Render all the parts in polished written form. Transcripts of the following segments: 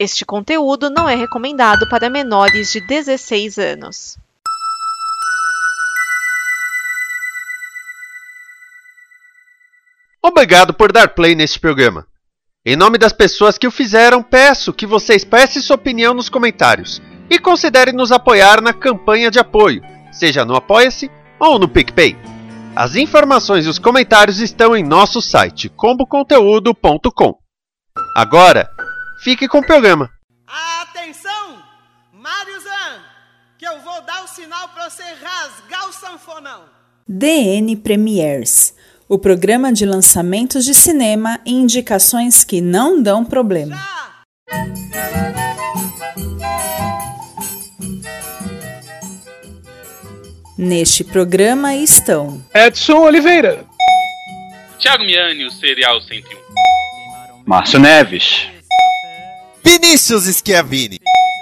Este conteúdo não é recomendado para menores de 16 anos. Obrigado por dar play neste programa. Em nome das pessoas que o fizeram, peço que você expresse sua opinião nos comentários e considere nos apoiar na campanha de apoio, seja no Apoia-se ou no PicPay. As informações e os comentários estão em nosso site, comboconteúdo.com. Agora, fique com o programa. Atenção, Mariozan, que eu vou dar o sinal para você rasgar o sanfonão. DN Premiers, o programa de lançamentos de cinema e indicações que não dão problema. Neste programa estão Edson Oliveira, Thiago Miani, o Serial 101, Márcio Neves, Vinícius Schiavini.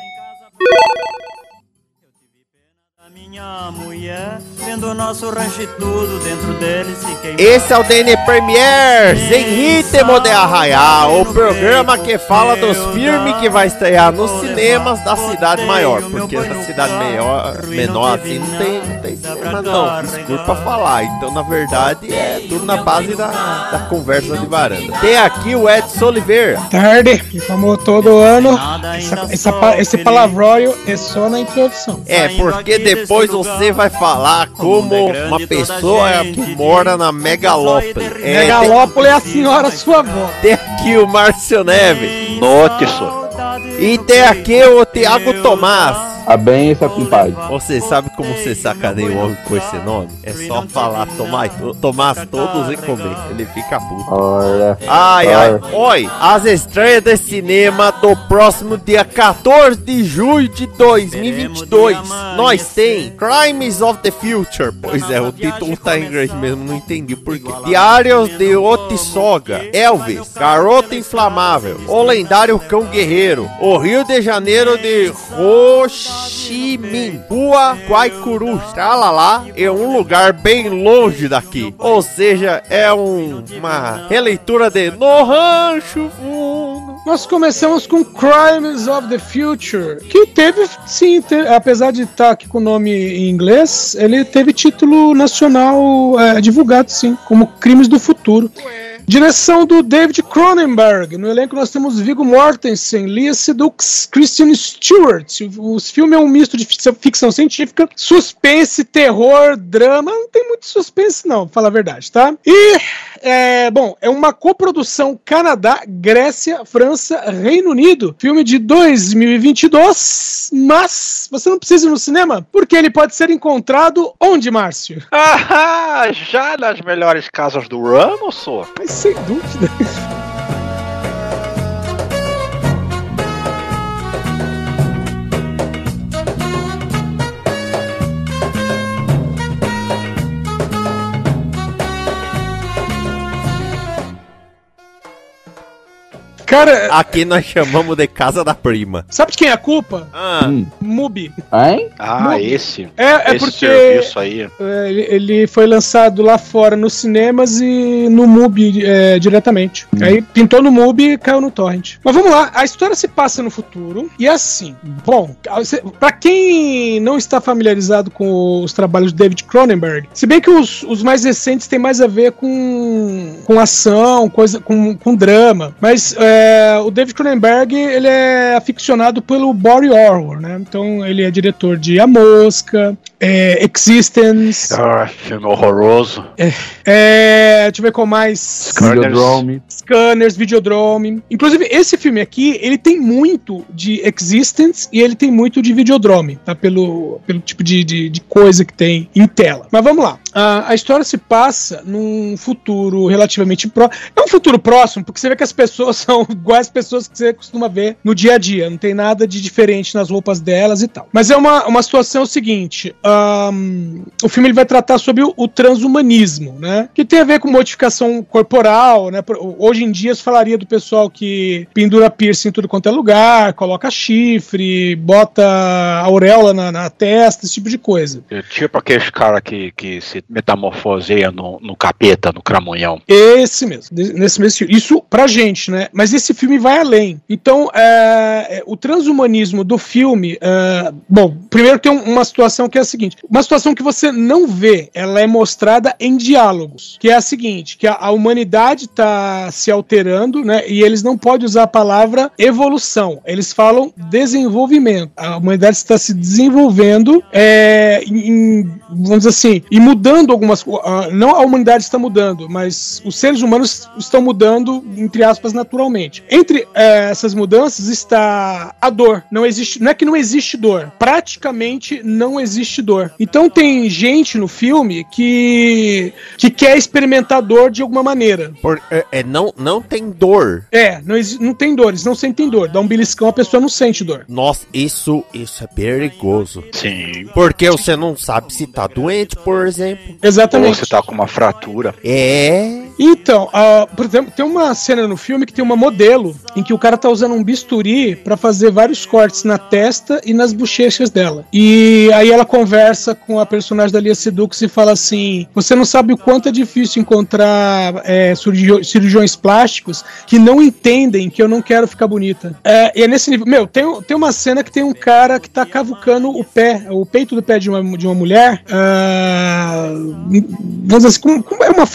Minha mulher, vendo o nosso rancho e tudo dentro dele se queimar. Esse é o DN Premiers em ritmo de arraial, o programa que fala dos filmes que vai estrear nos cinemas da cidade maior, porque na cidade menor assim não tem cinema não, desculpa falar, então na verdade é tudo na base da conversa de varanda. Tem aqui o Edson Oliveira. Tarde, e como todo ano, esse palavróio é só na introdução. É, porque depois você vai falar como uma pessoa que mora na megalópole. Megalópole é a senhora sua avó. Tem aqui o Márcio Neves. Notiço. E tem aqui o Thiago Tomás. A bem essa compadre. Você sabe como você sacaneia o homem com esse nome? É só falar Tomás todos e comer. Ele fica puto. Olha. Ai. Oi, as estreias de cinema do próximo dia 14 de julho de 2022. Nós tem Crimes of the Future. Pois é, o título tá em inglês mesmo, não entendi por quê. Diários de Otissoga, Elvis, Garota Inflamável, O Lendário Cão Guerreiro, O Rio de Janeiro de Ho Chi Minh, Rua Guaicuru, Tralalá, é um lugar bem longe daqui. Ou seja, é uma releitura de No Rancho Fundo. Nós começamos com Crimes of the Future, que teve, apesar de estar aqui com o nome em inglês, ele teve título nacional divulgado, sim, como Crimes do Futuro. Direção do David Cronenberg. No elenco nós temos Viggo Mortensen, Lea Seydoux, Kristen Stewart. O filme é um misto de ficção científica, suspense, terror, drama. Não tem muito suspense não, pra falar a verdade, tá? E, é uma coprodução Canadá, Grécia, França, Reino Unido. Filme de 2022, mas você não precisa ir no cinema, porque ele pode ser encontrado onde, Márcio? Já nas melhores casas do ano, só. Mas sem dúvida. Cara, aqui nós chamamos de Casa da Prima. Sabe de quem é a culpa? Mubi. Hein? Mubi. Esse porque serviço aí. Ele foi lançado lá fora nos cinemas e no Mubi diretamente. Aí pintou no Mubi e caiu no torrent. Mas vamos lá, a história se passa no futuro e assim, pra quem não está familiarizado com os trabalhos de David Cronenberg, se bem que os mais recentes têm mais a ver com ação, com drama, mas o David Cronenberg, ele é aficionado pelo body horror, né? Então ele é diretor de A Mosca, Existence. Filme horroroso. Deixa eu ver qual mais. Scanners, Videodrome. Inclusive, esse filme aqui, ele tem muito de Existence e ele tem muito de Videodrome, tá? Pelo tipo de coisa que tem em tela. Mas vamos lá. A história se passa num futuro relativamente próximo. É um futuro próximo, porque você vê que as pessoas são iguais às pessoas que você costuma ver no dia a dia. Não tem nada de diferente nas roupas delas e tal. Mas é uma situação seguinte. O filme ele vai tratar sobre o transhumanismo, né? Que tem a ver com modificação corporal, né? Hoje em dia se falaria do pessoal que pendura piercing em tudo quanto é lugar, coloca chifre, bota auréola na testa, esse tipo de coisa. Tipo aqueles caras que se metamorfoseia no capeta, no cramunhão. Esse mesmo, nesse mesmo estilo. Isso pra gente, né? Mas esse filme vai além. Então, o transhumanismo do filme... bom, primeiro tem uma situação que é a seguinte. Uma situação que você não vê, ela é mostrada em diálogos. Que é a seguinte, que a humanidade está se alterando, né? E eles não podem usar a palavra evolução. Eles falam desenvolvimento. A humanidade está se desenvolvendo, vamos dizer assim, e mudando algumas coisas. Não a humanidade está mudando, mas os seres humanos estão mudando, entre aspas, naturalmente. Entre essas mudanças está a dor. Não é que não existe dor. Praticamente não existe dor. Então tem gente no filme que quer experimentar dor de alguma maneira. Não tem dor. Não tem dor, eles não sentem dor. Dá um beliscão, a pessoa não sente dor. Nossa, isso é perigoso. Sim. Porque você não sabe se tá doente, por exemplo. Exatamente. Ou você tá com uma fratura. Então, por exemplo, tem uma cena no filme que tem uma modelo em que o cara tá usando um bisturi pra fazer vários cortes na testa e nas bochechas dela. E aí ela conversa com a personagem da Léa Seydoux e fala assim: você não sabe o quanto é difícil encontrar cirurgiões plásticos que não entendem que eu não quero ficar bonita. E é nesse nível. Meu, tem uma cena que tem um cara que tá cavucando o peito do pé de uma mulher. Vamos dizer assim, é uma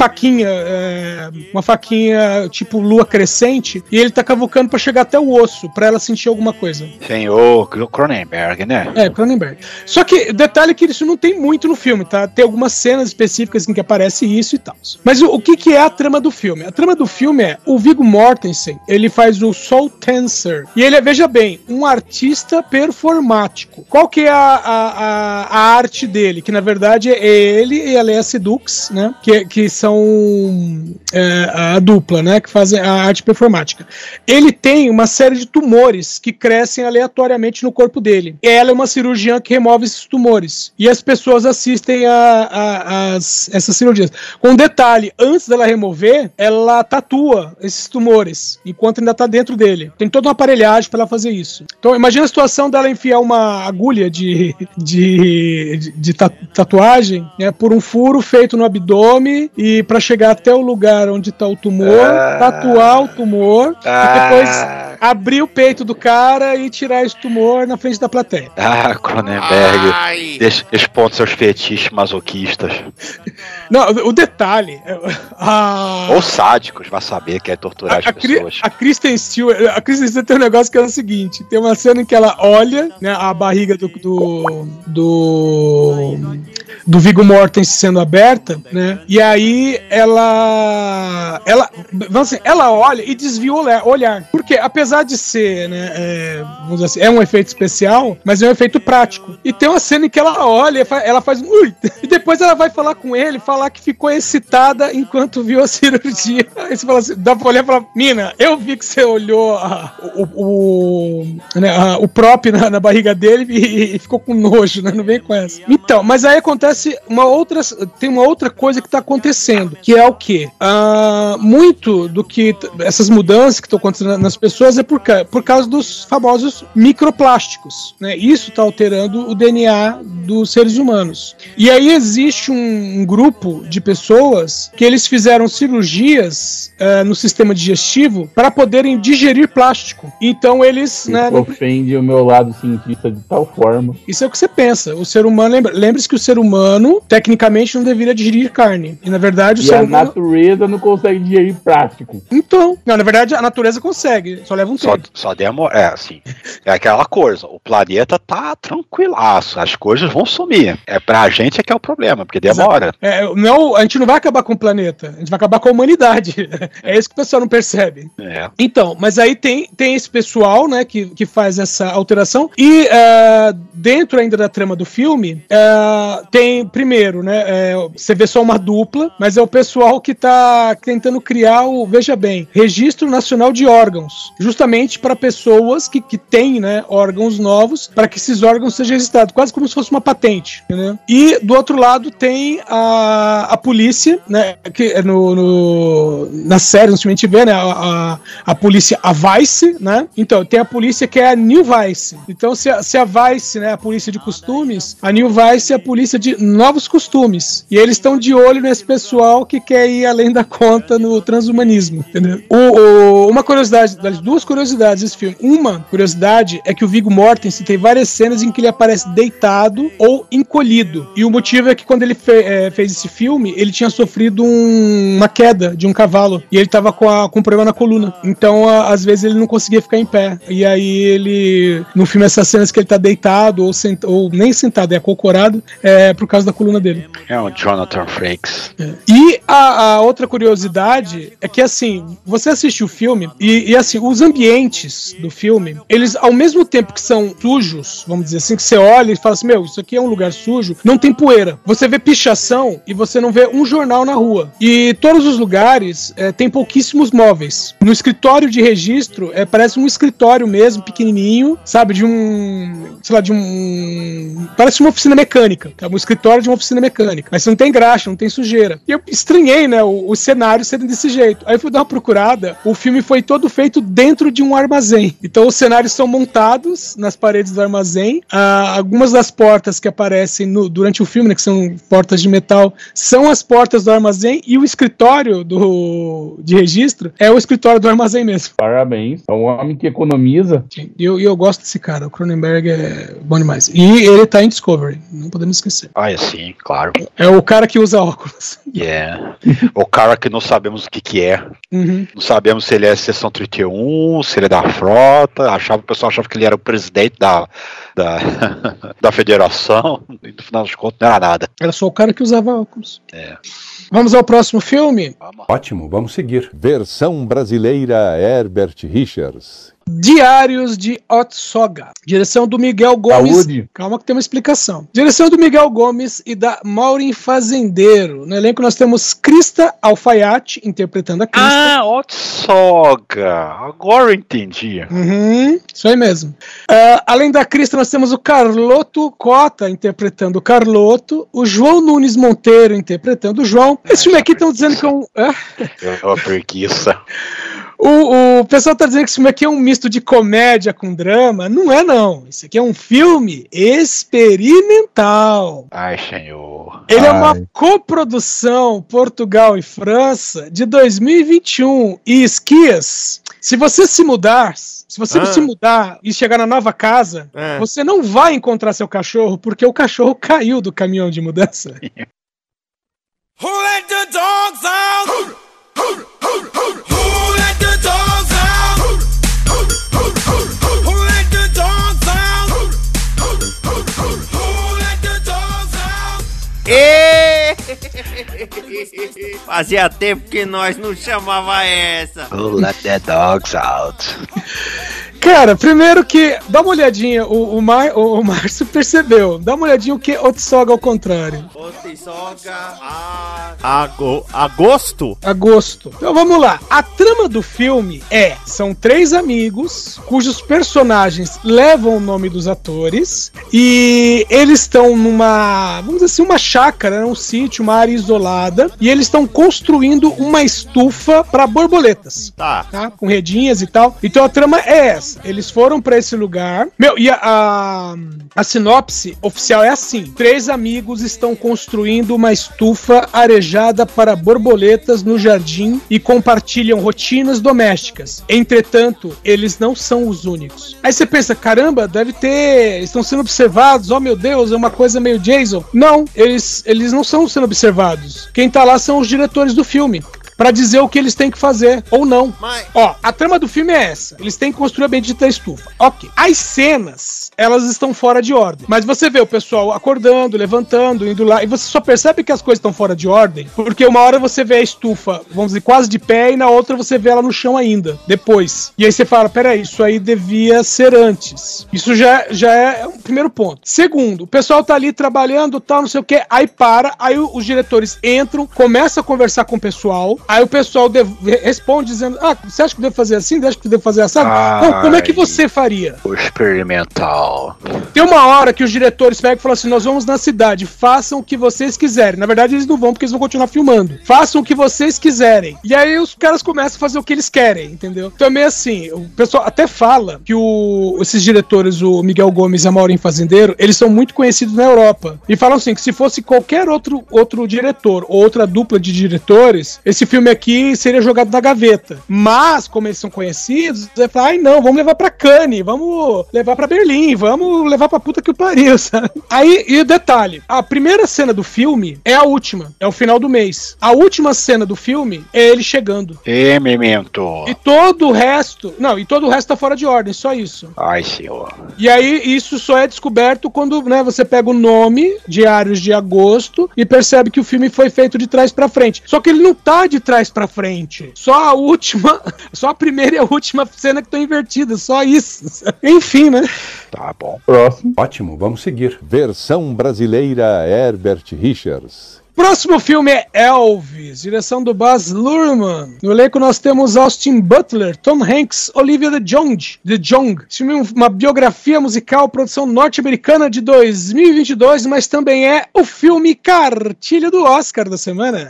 faquinha tipo lua crescente, e ele tá cavucando pra chegar até o osso, pra ela sentir alguma coisa. Senhor Cronenberg, né? Cronenberg. Só que o detalhe é que isso não tem muito no filme, tá? Tem algumas cenas específicas em que aparece isso e tal. Mas o que é a trama do filme? A trama do filme é o Viggo Mortensen, ele faz o Soul Dancer, e ele é, veja bem, um artista performático. Qual que é a arte dele? Que na verdade é ele e a Léa Seydoux, né? Que são a dupla, né? Que fazem a arte performática. Ele tem uma série de tumores que crescem aleatoriamente no corpo dele. Ela é uma cirurgiã que remove esses tumores. E as pessoas assistem essas cirurgias. Com um detalhe, antes dela remover, ela tatua esses tumores, enquanto ainda tá dentro dele. Tem toda uma aparelhagem pra ela fazer isso. Então, imagina a situação dela enfiar uma agulha de tatuagem, né, por um furo feito no abdômen, e pra chegar até o lugar onde tá o tumor, tatuar o tumor, e depois abrir o peito do cara e tirar esse tumor na frente da plateia. Cronenberg, expondo seus fetiches masoquistas. Não, o detalhe... Ou sádicos, vai saber que é torturar as pessoas. A Kristen Stewart tem um negócio que é o seguinte: tem uma cena em que ela olha, né, a barriga do Viggo Mortensen sendo aberta, né? E aí ela olha e desvia o olhar. Porque apesar de ser, né, vamos dizer assim, é um efeito especial, mas é um efeito prático. E tem uma cena em que ela olha, ela faz um ui, e depois ela vai falar com ele, falar que ficou excitada enquanto viu a cirurgia. Aí você fala assim, dá pra olhar e falar: mina, eu vi que você olhou o prop na barriga dele e ficou com nojo, né? Não vem com essa. Então, mas aí acontece tem uma outra coisa que tá acontecendo, que é o quê? Muito do que essas mudanças que estão acontecendo nas pessoas é por causa dos famosos microplásticos, né? Isso tá alterando o DNA dos seres humanos. E aí existe um grupo de pessoas que eles fizeram cirurgias no sistema digestivo para poderem digerir plástico. Então eles... ofende o meu lado cientista de tal forma. Isso é o que você pensa. O ser humano... Lembre-se que o ser humano, tecnicamente, não deveria digerir carne. E, na verdade, o ser humano... a natureza não consegue digerir plástico. Então... Não, na verdade, a natureza consegue. Só leva um tempo. Só demora... assim... É aquela coisa. O planeta tá tranquilaço. As coisas vão sumir. Pra gente é que é o problema, porque demora. A gente não vai acabar com o planeta. A gente vai acabar com a humanidade. É isso que o pessoal não percebe. Então, mas aí tem esse pessoal, né, que faz essa alteração. E dentro ainda da trama do filme, tem, primeiro, né, você vê só uma dupla, mas é o pessoal que tá tentando criar veja bem, Registro Nacional de Órgãos, justamente para pessoas que têm produzirem, né, órgãos novos para que esses órgãos sejam registrados, quase como se fosse uma patente, entendeu? E do outro lado tem a polícia, né, que é na série, no filme a gente vê, né, a polícia, a Vice, né? Então, tem a polícia que é a New Vice. Então, se a Vice, né, a polícia de costumes, a New Vice é a polícia de novos costumes. E eles estão de olho nesse pessoal que quer ir além da conta no transhumanismo, entendeu? Uma curiosidade, duas curiosidades desse filme. Uma curiosidade é que o Viggo Mortensen tem várias cenas em que ele aparece deitado ou encolhido. E o motivo é que quando ele fez esse filme, ele tinha sofrido uma queda de um cavalo. E ele tava com um problema na coluna. Então, às vezes, ele não conseguia ficar em pé. E aí, ele... No filme, essas cenas que ele tá deitado ou nem sentado, é acocorado, por causa da coluna dele. É o Jonathan Frakes. E a outra curiosidade é que, assim, você assiste o filme e assim, os ambientes do filme, eles, ao mesmo tempo que são sujos, vamos dizer assim, que você olha e fala assim, meu, isso aqui é um lugar sujo, não tem poeira. Você vê pichação e você não vê um jornal na rua. E todos os lugares tem pouquíssimos móveis. No escritório de registro, parece um escritório mesmo, pequenininho, sabe, parece uma oficina mecânica, tá? Um escritório de uma oficina mecânica. Mas não tem graxa, não tem sujeira. E eu estranhei, né, os cenários serem desse jeito. Aí eu fui dar uma procurada, o filme foi todo feito dentro de um armazém. Então os cenários são montados nas paredes do armazém. Algumas das portas que aparecem durante o filme, né, que são portas de metal, são as portas do armazém, e o escritório de registro é o escritório do armazém mesmo. Parabéns, é um homem que economiza. E eu gosto desse cara, o Cronenberg é bom demais. E ele tá em Discovery, não podemos esquecer. Sim, claro. É o cara que usa óculos. O cara que não sabemos o que é. Uhum. Não sabemos se ele é seção 31, se ele é da frota. O pessoal achava que ele era o presidente da federação. E no final das contas não era nada. Era só o cara que usava óculos. Vamos ao próximo filme? Ótimo, vamos seguir. Versão brasileira Herbert Richards. Diários de Otsoga. Direção do Miguel Gomes. Saúde. Calma que tem uma explicação. Direção do Miguel Gomes e da Maureen Fazendeiro. No elenco nós temos Krista Alfaiate interpretando a Krista. Otsoga. Agora eu entendi. Isso aí mesmo. Além da Krista nós temos o Carloto Cota interpretando o Carloto. O João Nunes Monteiro interpretando o João. Esse filme aqui estão dizendo que é um... Uma preguiça. O pessoal tá dizendo que esse filme aqui é um misto de comédia com drama. Não é, não. Isso aqui é um filme experimental. Ai, senhor. Ele é uma coprodução Portugal e França de 2021. E esquias, se você se mudar e chegar na nova casa, você não vai encontrar seu cachorro, porque o cachorro caiu do caminhão de mudança. Who let the dogs out? Who let the dogs out? Who let the dogs out? Who let the dogs out? Fazia tempo que nós não chamava essa. Who let the dogs out? Cara, primeiro que... Dá uma olhadinha, o Márcio percebeu. Dá uma olhadinha o que Otsoga ao contrário. Otsoga... Agosto? Agosto. Então vamos lá. A trama do filme são 3 amigos cujos personagens levam o nome dos atores e eles estão numa, vamos dizer assim, uma chácara, um sítio, uma área isolada, e eles estão construindo uma estufa para borboletas. Tá? Com redinhas e tal. Então a trama é essa. Eles foram pra esse lugar. E a sinopse oficial é assim: 3 amigos estão construindo uma estufa arejada para borboletas no jardim e compartilham rotinas domésticas. Entretanto, eles não são os únicos. Aí você pensa, caramba, estão sendo observados, oh meu Deus, é uma coisa meio Jason. Não, eles não são sendo observados. Quem tá lá são os diretores do filme, pra dizer o que eles têm que fazer, ou não. A trama do filme é essa. Eles têm que construir a bendita estufa. Ok. As cenas, elas estão fora de ordem. Mas você vê o pessoal acordando, levantando, indo lá, e você só percebe que as coisas estão fora de ordem, porque uma hora você vê a estufa, vamos dizer, quase de pé, e na outra você vê ela no chão ainda, depois. E aí você fala, peraí, isso aí devia ser antes. Isso já é um primeiro ponto. Segundo, o pessoal tá ali trabalhando, tal, não sei o que, aí os diretores entram, começam a conversar com o pessoal, Aí o pessoal responde dizendo, você acha que eu devo fazer assim? Você acha que eu devo fazer assado? Então, como é que você faria? O experimental. Tem uma hora que os diretores pegam e falam assim, nós vamos na cidade, façam o que vocês quiserem. Na verdade, eles não vão, porque eles vão continuar filmando. Façam o que vocês quiserem. E aí os caras começam a fazer o que eles querem, entendeu? Então é meio assim, o pessoal até fala que esses diretores, o Miguel Gomes e a Maureen Fazendeiro, eles são muito conhecidos na Europa. E falam assim, que se fosse qualquer outro diretor, ou outra dupla de diretores, esse filme aqui seria jogado na gaveta. Mas, como eles são conhecidos, você fala, não, vamos levar pra Cannes, vamos levar pra Berlim, vamos levar pra puta que o pariu, sabe? Aí, e o detalhe, a primeira cena do filme é a última, é o final do mês. A última cena do filme é ele chegando. Memento. E todo o resto tá fora de ordem, só isso. Ai, senhor. E aí, isso só é descoberto quando, né, você pega o nome, Diários de Agosto, e percebe que o filme foi feito de trás pra frente. Só que ele não tá de trás pra frente. Só a primeira e a última cena que estão invertidas, só isso. Enfim, né? Tá bom. Próximo. Ótimo, vamos seguir. Versão brasileira Herbert Richards. Próximo filme é Elvis, direção do Baz Luhrmann. No elenco nós temos Austin Butler, Tom Hanks, Olivia de Jong. Esse filme é uma biografia musical, produção norte-americana de 2022, mas também é o filme cartilha do Oscar da semana.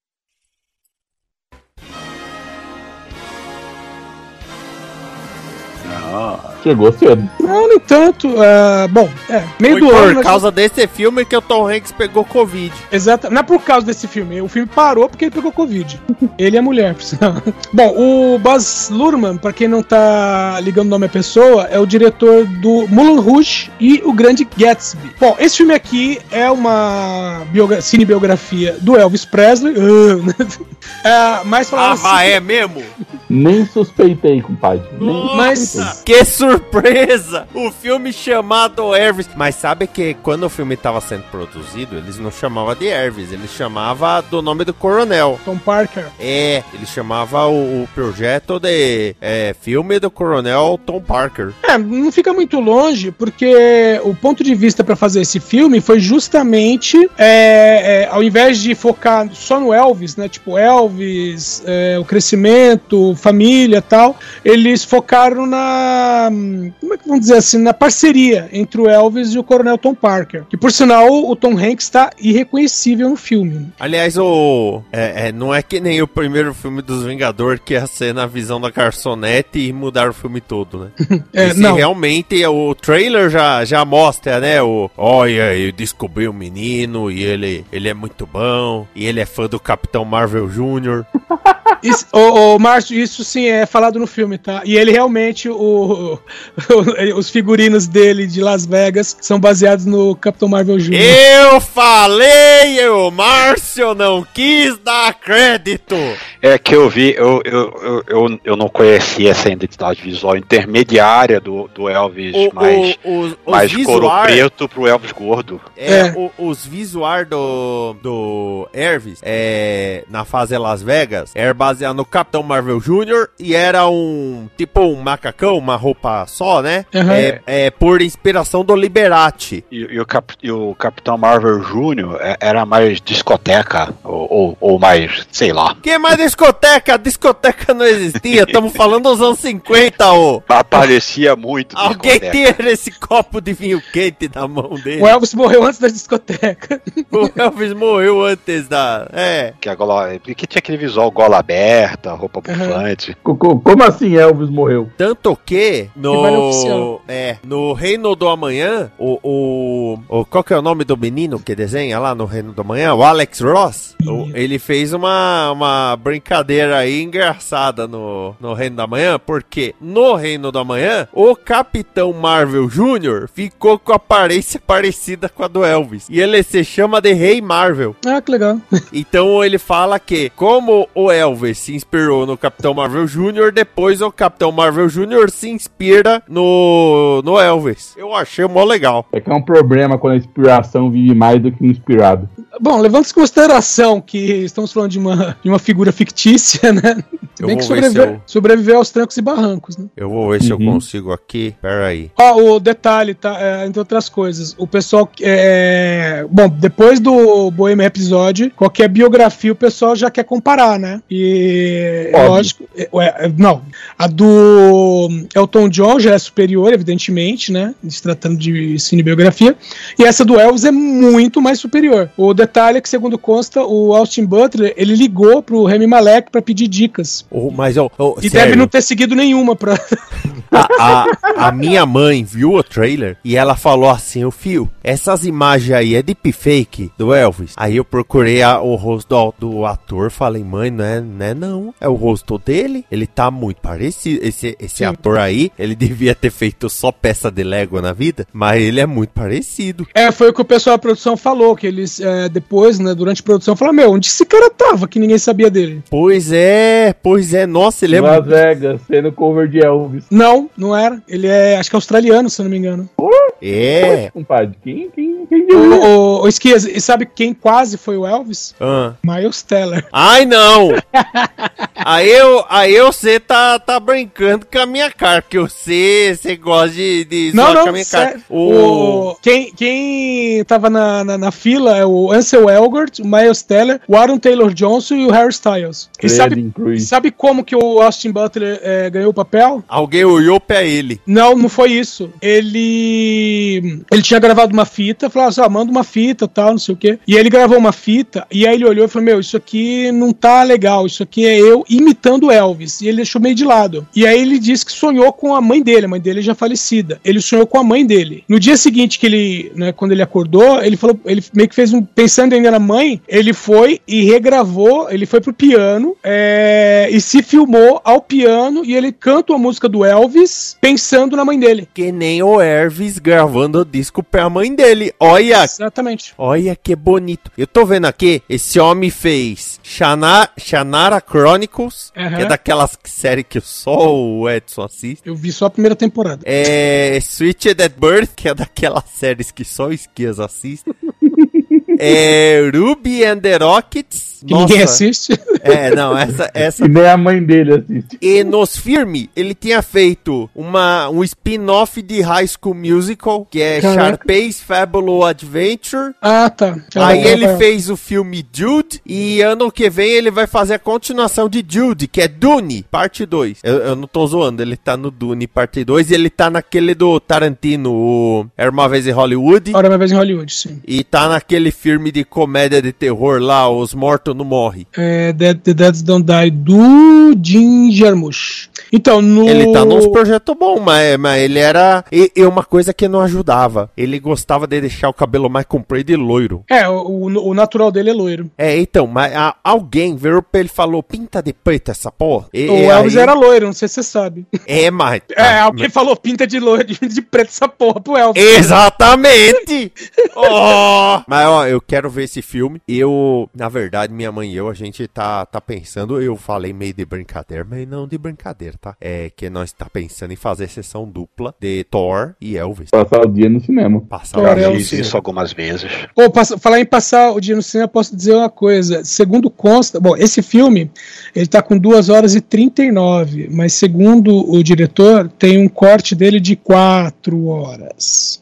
Chegou cedo. Não, nem tanto. Meio do ano. Por causa desse filme que o Tom Hanks pegou Covid. Exato. Não é por causa desse filme. O filme parou porque ele pegou Covid. Ele é mulher, por sinal. Bom, o Baz Luhrmann, pra quem não tá ligando o nome à pessoa, é o diretor do Moulin Rouge e O Grande Gatsby. Bom, esse filme aqui é uma cinebiografia do Elvis Presley. Mas falava é mesmo? Nem suspeitei, compadre. Que surpresa! O filme chamado Elvis. Mas sabe que quando o filme estava sendo produzido, eles não chamavam de Elvis, eles chamavam do nome do coronel. Tom Parker. Ele chamava o projeto de filme do coronel Tom Parker. Não fica muito longe, porque o ponto de vista para fazer esse filme foi justamente ao invés de focar só no Elvis, né? Tipo, Elvis, o crescimento, família e tal, eles focaram como é que vamos dizer assim, na parceria entre o Elvis e o coronel Tom Parker, que por sinal o Tom Hanks está irreconhecível no filme. Aliás, não é que nem o primeiro filme dos Vingadores, que ia ser na visão da garçonete e mudar o filme todo, né? Não. Realmente o trailer já mostra, né? Olha, eu descobri o menino e ele é muito bom e ele é fã do Capitão Marvel Jr. Márcio, isso sim é falado no filme, tá? E ele realmente, os figurinos dele de Las Vegas são baseados no Capitão Marvel Jr. Eu falei, o Márcio não quis dar crédito. É que eu vi, eu não conhecia essa identidade visual intermediária do Elvis mais couro preto pro Elvis gordo. Os visuais do Elvis na fase Las Vegas era baseado no Capitão Marvel Jr. e era um macacão, uma roupa só, né? Uhum. Por inspiração do Liberati. E o Capitão Marvel Jr. era mais discoteca ou mais, sei lá. Que mais discoteca? Discoteca não existia. Estamos falando dos anos 50, Parecia muito Alguém tinha esse copo de vinho quente na mão dele. O Elvis morreu antes da discoteca. O Elvis morreu antes da... Que tinha aquele visual gola aberta, roupa bufante. Como assim Elvis morreu? Tanto que no Reino do Amanhã, qual que é o nome do menino que desenha lá no Reino do Amanhã? O Alex Ross. Ele fez uma brincadeira aí engraçada no Reino do Amanhã, porque no Reino do Amanhã, o Capitão Marvel Jr. ficou com a aparência parecida com a do Elvis. E ele se chama de Rei Marvel. Ah, que legal. Então ele fala que, como o Elvis se inspirou no Capitão Marvel Jr., depois o Capitão Marvel Jr. se inspira no Elvis. Eu achei mó legal. É que é um problema quando a inspiração vive mais do que o inspirado. Bom, levando em consideração que estamos falando de uma figura fictícia, né? Bem que sobreviver aos trancos e barrancos, né? Eu vou ver se eu consigo aqui. Pera aí. O detalhe, tá? Entre outras coisas, o pessoal... Bom, depois do Bohemian Rhapsody, qualquer biografia o pessoal já quer comparar, né? E lógico... Não, a do Elton John já é superior, evidentemente, né? Se tratando de cinebiografia. E essa do Elvis é muito mais superior. O detalhe é que, segundo consta, o Austin Butler, ele ligou pro Rami Malek pra pedir dicas. E sério? Deve não ter seguido nenhuma pra... A minha mãe viu o trailer e ela falou assim, Fio, essas imagens aí é deepfake do Elvis. Aí eu procurei o rosto do ator, falei, mãe, não é o rosto dele, ele tá muito parecido, esse ator aí, ele devia ter feito só peça de Lego na vida, mas ele é muito parecido. Foi o que o pessoal da produção falou, que eles depois, né, durante a produção, falaram, onde esse cara tava, que ninguém sabia dele? Pois é, nossa, ele é Las Vegas, sendo cover de Elvis. Não era, ele é, acho que australiano, se eu não me engano. É. Compadre, quem o Esquias, e sabe quem quase foi o Elvis? Miles Teller. Ai, não! Aí você tá brincando com a minha cara, porque você gosta de zoar com a minha cara. Quem tava na fila é o Ansel Elgort, o Miles Teller, o Aaron Taylor Johnson e o Harry Styles. E sabe como que o Austin Butler ganhou o papel? Alguém olhou pra ele. Não foi isso. Ele tinha gravado uma fita, falou assim, manda uma fita, tal, não sei o quê. E aí ele gravou uma fita, e aí ele olhou e falou, isso aqui não tá legal, isso aqui é eu imitando Elvis. E ele deixou meio de lado. E aí ele disse que sonhou com a mãe dele já falecida. Ele sonhou com a mãe dele. No dia seguinte que ele, né, quando ele acordou, ele meio que fez pensando ainda na mãe, ele foi e regravou, ele foi pro piano, e se filmou ao piano, e ele canta a música do Elvis pensando na mãe dele. Que nem o Elvis gravando o disco pra mãe dele. Olha! Exatamente. Olha que bonito. Eu tô vendo aqui, esse homem fez Shannara Chronicles, que é daquelas séries que só o Edson assiste. Eu vi só a primeira temporada. Switched at Birth, que é daquelas séries que só o Esquias assiste. Ruby and the Rockets. Que ninguém assiste. Essa. E nem a mãe dele assiste. E nos filmes, ele tinha feito um spin-off de High School Musical, que é Sharpay's Fabulous Adventure. Tá. Aí ele fez o filme Jude, e ano que vem ele vai fazer a continuação de Jude, que é Dune, parte 2. Eu não tô zoando, ele tá no Dune, parte 2, e ele tá naquele do Tarantino, o Era Uma Vez em Hollywood. Era Uma Vez em Hollywood, sim. E tá naquele filme de comédia de terror lá, Os Mortos Não Morrem. The Dead Don't Die, do Jim Jarmusch. Então, ele tá nos projetos bons, mas ele era... E uma coisa que não ajudava, ele gostava de deixar o cabelo mais comprido e loiro. O natural dele é loiro. Então, mas alguém virou pra ele e falou, pinta de preto essa porra. O Elvis era loiro, não sei se você sabe. Mas... alguém falou, pinta de loiro, de preto essa porra pro Elvis. Exatamente! Mas, eu quero ver esse filme. Na verdade, minha mãe e a gente tá pensando, eu falei meio de brincadeira, mas não de brincadeira, tá? Que nós tá pensando em fazer sessão dupla de Thor e Elvis. Passar o dia no cinema. Já fiz isso algumas vezes. Falar em passar o dia no cinema, posso dizer uma coisa. Segundo consta, esse filme, ele tá com 2 horas e 39, mas segundo o diretor, tem um corte dele de 4 horas.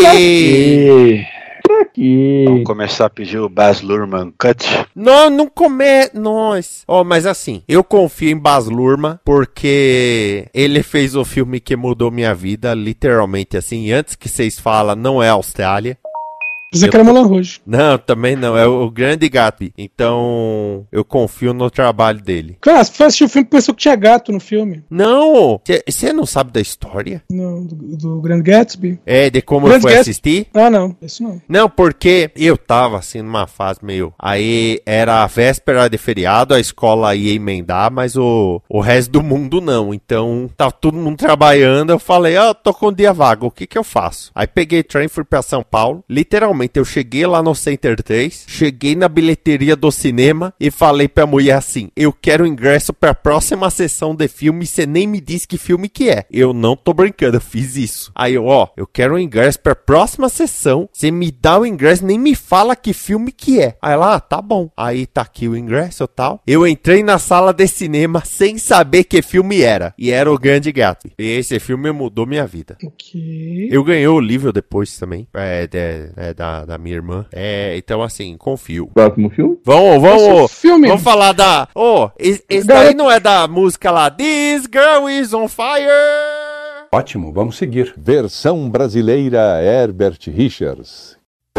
Vamos começar a pedir o Baz Luhrmann Cut? Não come... Nossa. Mas assim, eu confio em Baz Luhrmann porque ele fez o filme que mudou minha vida, literalmente assim. Antes que vocês falam, não é Austrália. Moulin Rouge. Não, também não. É o Grande Gatsby. Então, eu confio no trabalho dele. Cara, você assistiu o filme e pensou que tinha gato no filme. Não! Você não sabe da história? Não, do Grande Gatsby? De como eu fui assistir? Não. Isso não. Não, porque eu tava, assim, numa fase meio... Aí, era a véspera de feriado, a escola ia emendar, mas o resto do mundo não. Então, tava todo mundo trabalhando. Eu falei, tô com um dia vago, o que eu faço? Aí, peguei trem, fui pra São Paulo. Literalmente, literalmente, eu cheguei lá no Center 3, cheguei na bilheteria do cinema e falei pra mulher assim, eu quero ingresso pra próxima sessão de filme e você nem me diz que filme que é. Eu não tô brincando, eu fiz isso. Aí eu quero o ingresso pra próxima sessão, você me dá o ingresso, nem me fala que filme que é. Aí ela, tá bom. Aí tá aqui o ingresso e tal. Eu entrei na sala de cinema sem saber que filme era. E era o Grande Gatsby. E esse filme mudou minha vida. Ok. Eu ganhei o livro depois também. Da minha irmã. Então assim, confio. Próximo filme? Vamos falar da... esse daí não é da música lá. This Girl is on Fire. Ótimo, vamos seguir. Versão brasileira Herbert Richards.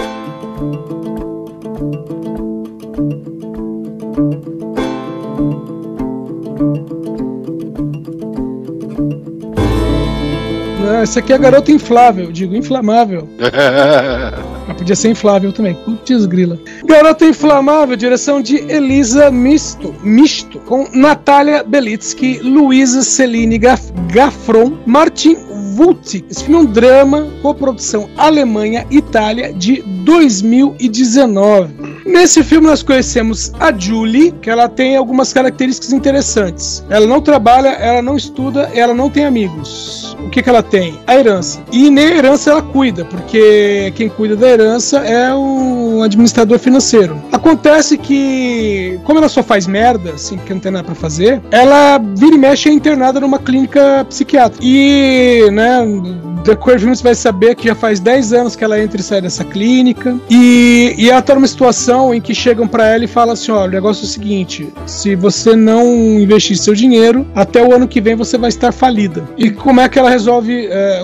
Esse aqui é a Garota Inflável, digo inflamável. Mas podia ser inflável também. Putz grila. Garota Inflamável, direção de Elisa Misto, com Natália Belitsky, Luísa Celine Gaffron, Martin Vulti. Esse filme é um drama, coprodução Alemanha-Itália de 2019. Nesse filme nós conhecemos a Julie, que ela tem algumas características interessantes. Ela não trabalha, ela não estuda, ela não tem amigos. O que ela tem? A herança. E nem a herança ela cuida, porque quem cuida da herança é o administrador financeiro. Acontece que, como ela só faz merda, assim, porque não tem nada pra fazer, ela vira e mexe é internada numa clínica psiquiátrica. E, né, depois você vai saber que já faz 10 anos que ela entra e sai dessa clínica. E ela tá numa situação em que chegam pra ela e falam assim, olha, o negócio é o seguinte, se você não investir seu dinheiro, até o ano que vem você vai estar falida. E como é que ela resolve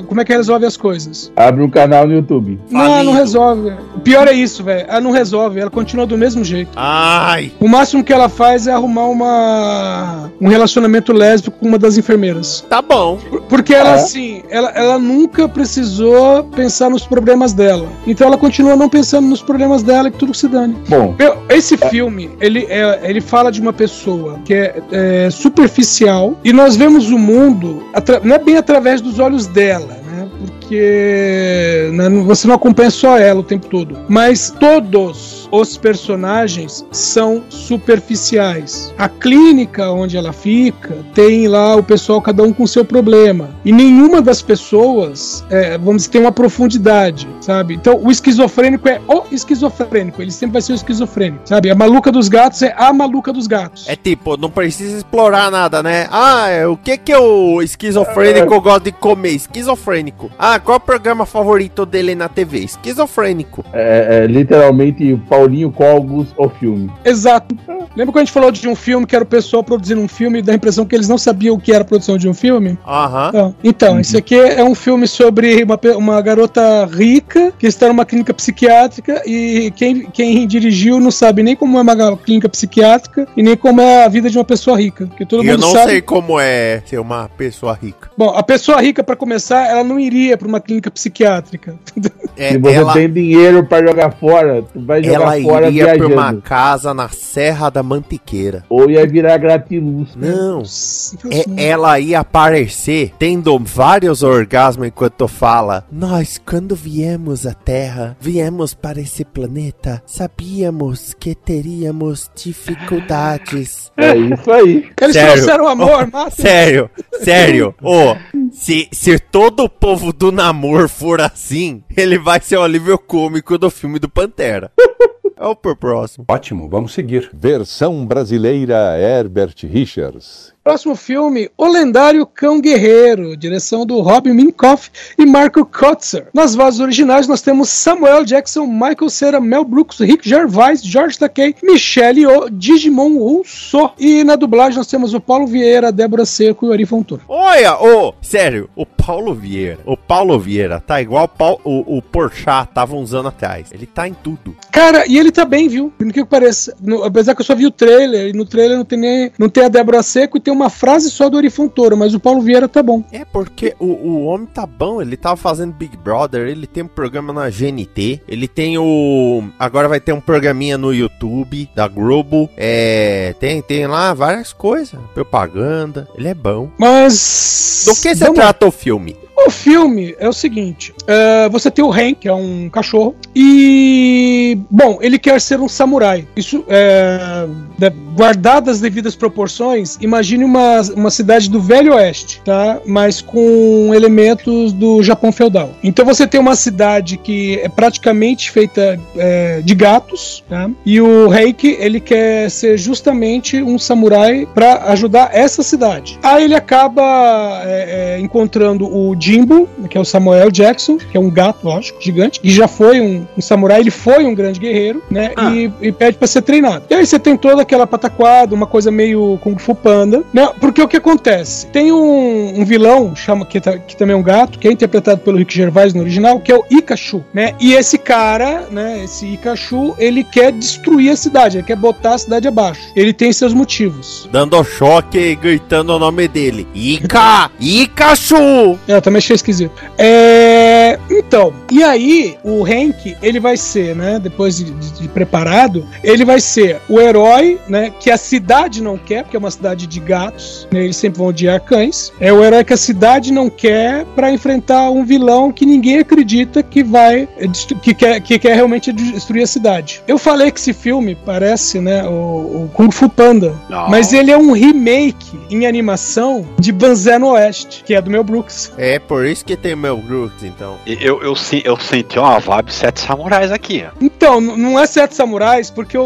as coisas? Abre um canal no YouTube. Não resolve. O pior é isso, velho. Ela não resolve, ela continua do mesmo jeito. Ai! O máximo que ela faz é arrumar um relacionamento lésbico com uma das enfermeiras. Tá bom. Porque ela, assim, ela nunca precisou pensar nos problemas dela. Então ela continua não pensando nos problemas dela e que tudo se dane. Bom. Esse filme, ele fala de uma pessoa que é superficial e nós vemos o mundo, não é bem através dos olhos dela, né? Porque você não acompanha só ela o tempo todo. Mas todos os personagens são superficiais. A clínica onde ela fica tem lá o pessoal, cada um com seu problema. E nenhuma das pessoas, vamos dizer, tem uma profundidade, sabe? Então o esquizofrênico é o esquizofrênico. Ele sempre vai ser o esquizofrênico, sabe? A maluca dos gatos é a maluca dos gatos. É tipo, não precisa explorar nada, né? O que o esquizofrênico gosta de comer? Esquizofrênico. Qual é o programa favorito dele na TV? Esquizofrênico. Literalmente Paulinho Cogos, o filme. Exato. Lembra quando a gente falou de um filme que era o pessoal produzindo um filme e dá a impressão que eles não sabiam o que era a produção de um filme? Aham. Então, esse aqui é um filme sobre uma garota rica que está numa clínica psiquiátrica e quem dirigiu não sabe nem como é uma clínica psiquiátrica e nem como é a vida de uma pessoa rica. Que todo mundo sabe. Sei como é ser uma pessoa rica. Bom, a pessoa rica, pra começar, ela não iria pra uma clínica psiquiátrica. Se você tem dinheiro pra jogar fora, tu vai jogar fora viajando. Ela iria pra uma casa na Serra da Mantiqueira. Ou ia virar gratiluz. Não. Ela ia aparecer tendo vários orgasmos enquanto fala: nós, quando viemos à Terra, viemos para esse planeta, sabíamos que teríamos dificuldades. É isso aí. Eles trouxeram amor, massa. Sério. Se todo o povo do namoro for assim, ele vai ser o alívio cômico do filme do Pantera. É o próximo. Ótimo, vamos seguir. Versão brasileira Herbert Richards. Próximo filme, O Lendário Cão Guerreiro, direção do Rob Minkoff e Marco Kotzer. Nas vozes originais nós temos Samuel Jackson, Michael Cera, Mel Brooks, Rick Gervais, George Takei, Michelle Yeoh, Digimon Rousseau. E na dublagem nós temos o Paulo Vieira, Débora Seco e o Ari Fontoura. Olha, sério, o Paulo Vieira tá igual o Porchat tava uns anos atrás. Ele tá em tudo. Cara, e ele tá bem, viu? Por que pareça. Apesar que eu só vi o trailer, e no trailer não tem a Débora Seco e tem uma frase só do Ari Fontoura, mas o Paulo Vieira tá bom. É porque o homem tá bom, ele tava fazendo Big Brother, ele tem um programa na GNT, ele tem agora vai ter um programinha no YouTube da Globo, tem lá várias coisas, propaganda, ele é bom. Mas... Do que você trata o filme? O filme é o seguinte, você tem o Hank, que é um cachorro, e, bom, ele quer ser um samurai. Isso, guardadas as devidas proporções, imagine uma cidade do Velho Oeste, tá? Mas com elementos do Japão feudal. Então você tem uma cidade que é praticamente feita de gatos, tá? E o Hank, ele quer ser justamente um samurai para ajudar essa cidade. Aí ele acaba encontrando o Jimbo, que é o Samuel Jackson, que é um gato, lógico, gigante, que já foi um samurai, ele foi um grande guerreiro, né? E pede para ser treinado. E aí você tem toda aquela pataquada, uma coisa meio Kung Fu Panda, né? Porque o que acontece? Tem um vilão, que também é um gato, que é interpretado pelo Rick Gervais no original, que é o Ikachu, né? E esse cara, né? Esse Ikachu, ele quer destruir a cidade, ele quer botar a cidade abaixo. Ele tem seus motivos. Dando choque e gritando o nome dele. Ikachu! Eu também achei esquisito. Então, e aí, o Hank, ele vai ser, né? Depois de preparado, ele vai ser o herói, né? Que a cidade não quer, porque é uma cidade de gatos, né, eles sempre vão odiar cães. É o herói que a cidade não quer pra enfrentar um vilão que ninguém acredita que quer realmente destruir a cidade. Eu falei que esse filme parece, né, o Kung Fu Panda, mas ele é um remake em animação de Banzé no Oeste, que é do Mel Brooks. É por isso que tem o Mel Brooks, então. Eu senti uma vibe Sete Samurais aqui. Então, não é Sete Samurais, porque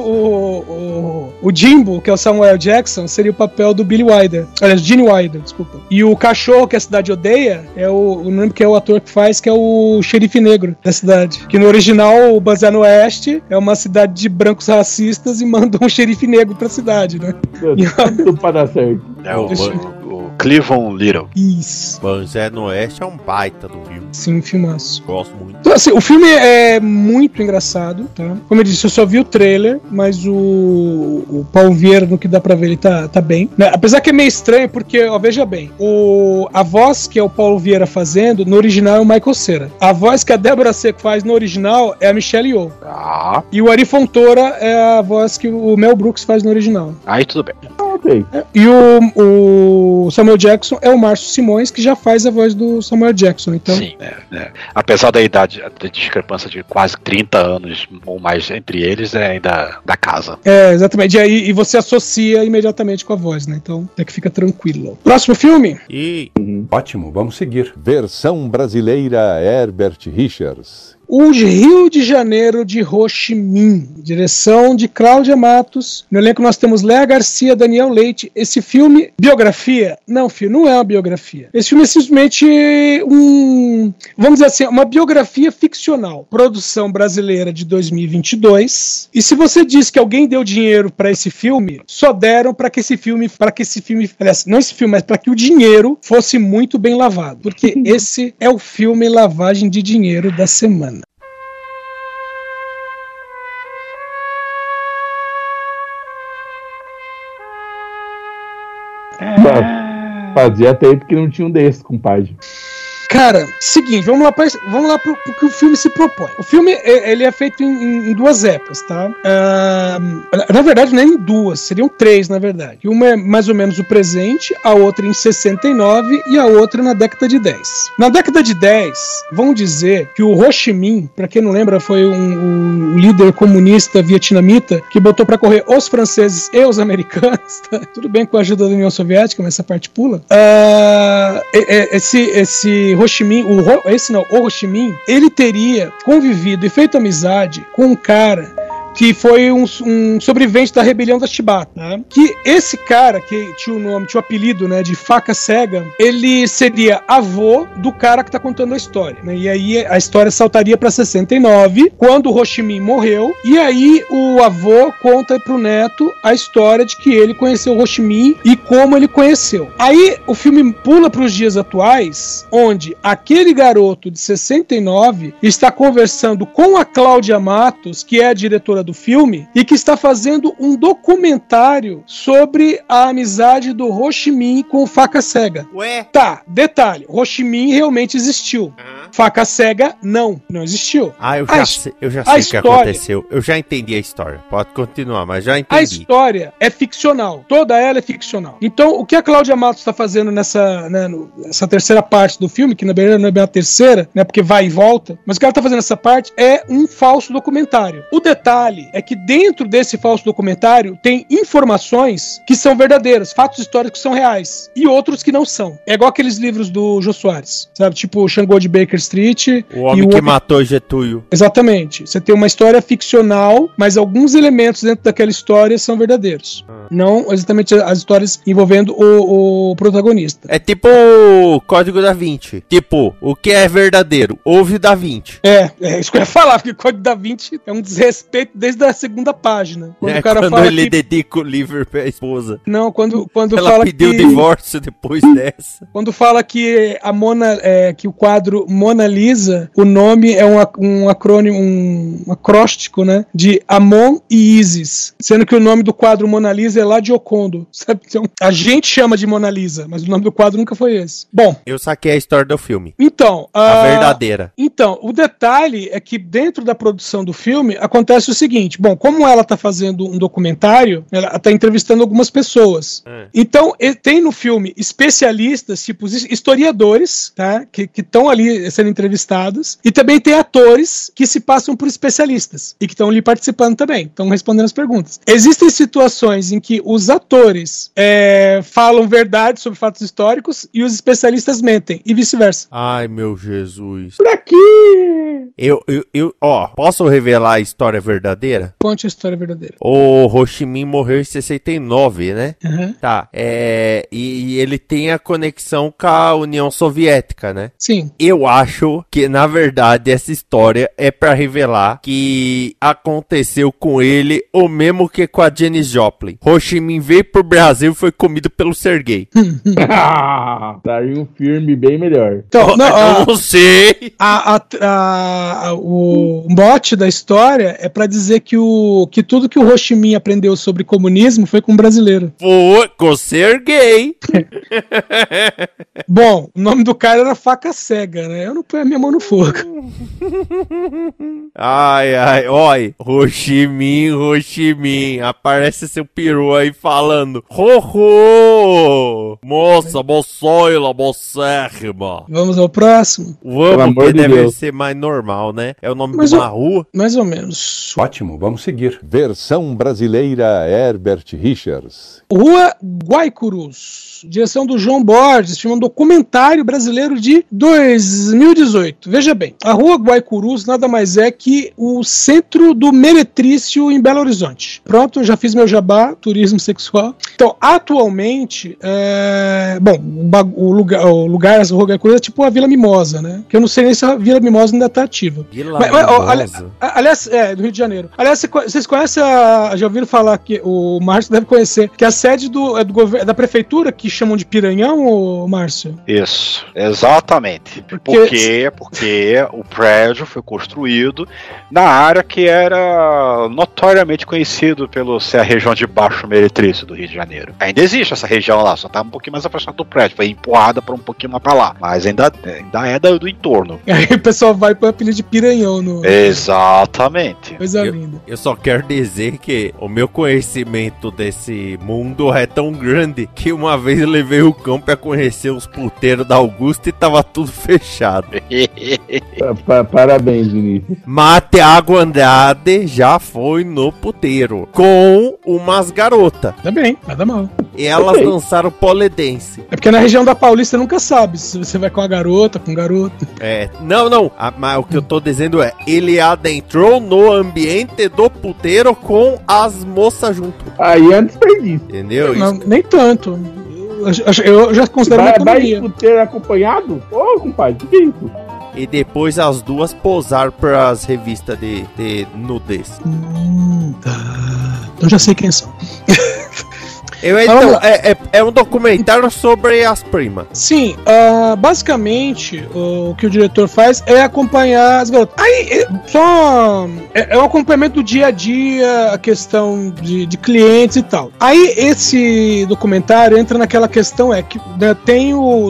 o Jimbo, que é o Samuel Jackson, seria o papel do Billy Wilder. Aliás, Gene Wilder, desculpa. E o cachorro que a cidade odeia não lembro que é o ator que faz, que é o xerife negro da cidade. Que no original, o Banzé no Oeste é uma cidade de brancos racistas e mandam um xerife negro pra cidade, né? Tudo para dar certo. É o Cleveland Little. Isso. Banzé no Oeste é um baita do filme. Sim, um filmaço. Gosto muito. Então, assim, o filme é muito engraçado, tá? Como eu disse, eu só vi o trailer, mas o Paulo Vieira, no que dá pra ver, ele tá bem. Né? Apesar que é meio estranho, porque, ó, veja bem, a voz que é o Paulo Vieira fazendo, no original é o Michael Cera. A voz que a Débora Seco faz no original é a Michelle Yeoh. E o Ari Fontoura é a voz que o Mel Brooks faz no original. Aí tudo bem. Ok. E o Samuel Jackson é o Márcio Simões, que já faz a voz do Samuel Jackson. Então... Sim, apesar da idade, da discrepância de quase 30 anos ou mais entre eles, é ainda da casa. Exatamente. E você associa imediatamente com a voz, né? Então, até que fica tranquilo. Próximo filme? Ótimo, vamos seguir. Versão brasileira Herbert Richards. O Rio de Janeiro de Ho Chi Minh, direção de Cláudia Matos. No elenco nós temos Léa Garcia, Daniel Leite. Esse filme, biografia? Não, filho, não é uma biografia. Esse filme é simplesmente vamos dizer assim, uma biografia ficcional. Produção brasileira de 2022. E se você diz que alguém deu dinheiro para esse filme, só deram para que esse filme, aliás, não esse filme, mas para que o dinheiro fosse muito bem lavado. Porque esse é o filme lavagem de dinheiro da semana. Fazia tempo que não tinha um desses, compadre. Cara, seguinte, vamos lá pro que o filme se propõe. O filme, ele é feito em duas épocas, tá? Na verdade, nem em duas, seriam três, na verdade. Uma é mais ou menos o presente, a outra em 69 e a outra na década de 10. Na década de 10, vão dizer que o Ho Chi Minh, pra quem não lembra, foi um líder comunista vietnamita que botou pra correr os franceses e os americanos, tá? Tudo bem com a ajuda da União Soviética, mas essa parte pula. Esse Ho Chi Minh, o Ho Chi Minh, ele teria convivido e feito amizade com um cara que foi um sobrevivente da rebelião da Chibata, né? Que esse cara, que tinha o apelido, né, de Faca Cega, ele seria avô do cara que tá contando a história, né? E aí a história saltaria pra 69, quando o Ho Chi Minh morreu, e aí o avô conta pro neto a história de que ele conheceu o Ho Chi Minh e como ele conheceu. Aí o filme pula pros dias atuais, onde aquele garoto de 69 está conversando com a Cláudia Matos, que é a diretora do filme, e que está fazendo um documentário sobre a amizade do Ho Chi Minh com o Faca Cega. Ué? Tá, detalhe, Ho Chi Minh realmente existiu. Faca Cega, não existiu. Eu já sei o que aconteceu. Eu já entendi a história. Pode continuar, mas já entendi. A história é ficcional. Toda ela é ficcional. Então, o que a Cláudia Matos está fazendo nessa terceira parte do filme, que na verdade não é bem a terceira, né, porque vai e volta, mas o que ela está fazendo nessa parte é um falso documentário. O detalhe é que dentro desse falso documentário tem informações que são verdadeiras, fatos históricos que são reais, e outros que não são. É igual aqueles livros do Jô Soares, sabe? Tipo o Xangô de Baker Street. O homem que matou Getúlio. Exatamente. Você tem uma história ficcional, mas alguns elementos dentro daquela história são verdadeiros. Não exatamente as histórias envolvendo o protagonista. É tipo o Código da Vinci. Tipo, o que é verdadeiro? Houve Da Vinci. É isso que eu ia falar, porque o Código da Vinci é um desrespeito desde a segunda página. Quando o cara fala ele dedica o livro pra esposa. Não, quando ela fala pediu que... divórcio depois dessa. Quando fala que que o quadro Mona Lisa, o nome é um acrônimo, um acróstico, né? De Amon e Isis. Sendo que o nome do quadro Mona Lisa é lá de Ocondo. Sabe? Então, a gente chama de Mona Lisa, mas o nome do quadro nunca foi esse. Bom. Eu saquei a história do filme. Então. A verdadeira. Então, o detalhe é que dentro da produção do filme acontece o seguinte. Bom, como ela tá fazendo um documentário, ela tá entrevistando algumas pessoas. Então, tem no filme especialistas, tipo historiadores, tá? Que estão ali sendo entrevistados. E também tem atores que se passam por especialistas e que estão ali participando também, estão respondendo as perguntas. Existem situações em que os atores falam verdade sobre fatos históricos e os especialistas mentem, e vice-versa. Ai, meu Jesus. Por aqui! Posso revelar a história verdadeira? Conte a história verdadeira. O Ho Chi Minh morreu em 69, né? Uhum. Tá. E ele tem a conexão com a União Soviética, né? Sim. Eu acho que, na verdade, essa história é pra revelar que aconteceu com ele o mesmo que com a Janis Joplin. Ho Chi Minh veio pro Brasil e foi comido pelo Serguei. Daria um filme bem melhor. Então, eu não sei. O mote da história é pra dizer que tudo que o Ho Chi Minh aprendeu sobre comunismo foi com um brasileiro. Foi com o Serguei. Bom, o nome do cara era Faca Cega, né? Eu não ponho a minha mão no fogo. Ai, oi. Ho Chi Minh. Aparece seu peru aí falando. Ho! Moça, moçoila, mocérrima. Vamos ao próximo? Vamos, porque deve ser mais normal, né? É o nome de uma rua? Mais ou menos. Ótimo, vamos seguir. Versão brasileira Herbert Richards. Rua Guaicurus. Direção do João Borges, filme um documentário brasileiro de 2018. Veja bem, a Rua Guaicurus nada mais é que o centro do meretrício em Belo Horizonte. Pronto, já fiz meu jabá, turismo sexual. Então, atualmente, o lugar essa Rua Guaicurus é tipo a Vila Mimosa, né? Que eu não sei nem se a Vila Mimosa ainda é tá ativa. Aliás, do Rio de Janeiro. Aliás, vocês conhecem já ouviram falar que o Márcio deve conhecer, que a sede do governo, da prefeitura, que chamam de Piranhão, ô Márcio? Isso, exatamente. Porque o prédio foi construído na área que era notoriamente conhecido pelo ser a região de Baixo Meretrício do Rio de Janeiro. Ainda existe essa região lá, só tá um pouquinho mais afastado do prédio, foi empurrada para um pouquinho mais pra lá, mas ainda é do entorno. E aí o pessoal vai pro apelido de Piranhão. Exatamente. Coisa linda. Eu só quero dizer que o meu conhecimento desse mundo é tão grande que uma vez eu levei o cão pra conhecer os puteiros da Augusta e tava tudo fechado. Parabéns, Vinícius. Mate Água Andrade já foi no puteiro com umas garotas. Tá bem, nada mal. E elas dançaram polidense. É porque na região da Paulista nunca sabe se você vai com a garota, com o garoto. Não. Mas o que eu tô dizendo é, ele adentrou no ambiente do puteiro com as moças junto. Aí é desperdício. Entendeu? Não, nem tanto. Eu já considero uma economia. Vai puteiro acompanhado? Ô, compadre, que isso? E depois as duas posaram pras revistas de nudez. Tá. Eu já sei quem são. É um documentário sobre as primas. Sim, basicamente o que o diretor faz é acompanhar as garotas. Aí, é um acompanhamento do dia a dia, a questão de clientes e tal. Aí esse documentário entra naquela questão, que né, tem os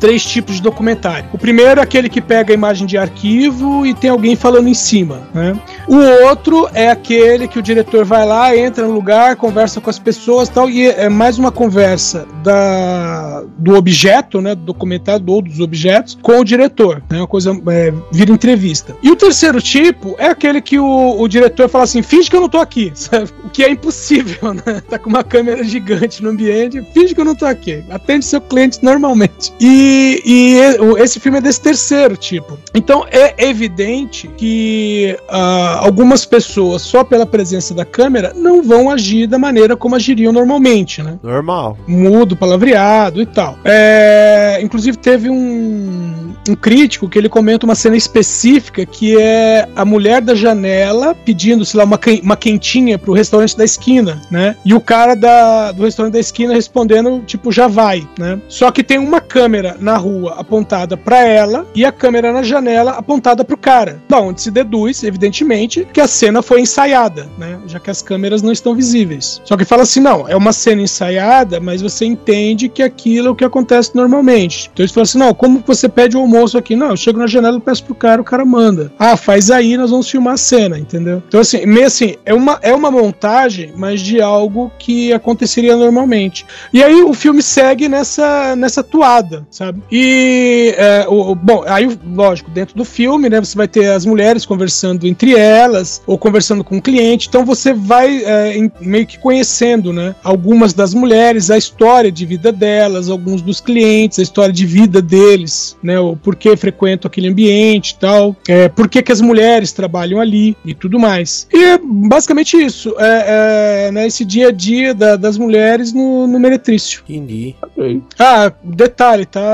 3 tipos de documentário. O primeiro é aquele que pega a imagem de arquivo e tem alguém falando em cima, né? O outro é aquele que o diretor vai lá, entra no lugar, conversa com as pessoas e tal, e é mais uma conversa do objeto, né, do documentário ou dos objetos com o diretor, né? Uma coisa, vira entrevista. E o terceiro tipo é aquele que o diretor fala assim, finge que eu não tô aqui, sabe? O que é impossível, né? Tá com uma câmera gigante no ambiente, finge que eu não tô aqui, atende seu cliente normalmente. E esse filme é desse terceiro tipo. Então é evidente que algumas pessoas, só pela presença da câmera, não vão agir da maneira como agiriam normalmente, né? Normal. Mudo, palavreado e tal. Inclusive teve um crítico que ele comenta uma cena específica que é a mulher da janela pedindo, sei lá, uma quentinha pro restaurante da esquina, né? E o cara do restaurante da esquina respondendo, tipo, já vai, né? Só que tem uma câmera na rua apontada pra ela e a câmera na janela apontada pro cara. Da onde se deduz, evidentemente, que a cena foi ensaiada, né? Já que as câmeras não estão visíveis. Só que fala assim, não, é uma cena ensaiada, mas você entende que aquilo é o que acontece normalmente. Então eles falam assim, não, como você pede o almoço aqui? Não, eu chego na janela e peço pro cara, o cara manda. Ah, faz aí, nós vamos filmar a cena, entendeu? Então assim, meio assim, é uma montagem, mas de algo que aconteceria normalmente. E aí o filme segue nessa toada, sabe? E, bom, aí, lógico, dentro do filme, né, você vai ter as mulheres conversando entre elas, ou conversando com o cliente, então você vai meio que conhecendo, né, algumas das mulheres, a história de vida delas, alguns dos clientes, a história de vida deles, né, o porquê frequentam aquele ambiente e tal, por que as mulheres trabalham ali e tudo mais. E é basicamente isso, né, esse dia a dia das mulheres no Meretrício. Entendi. Ah, detalhe, tá?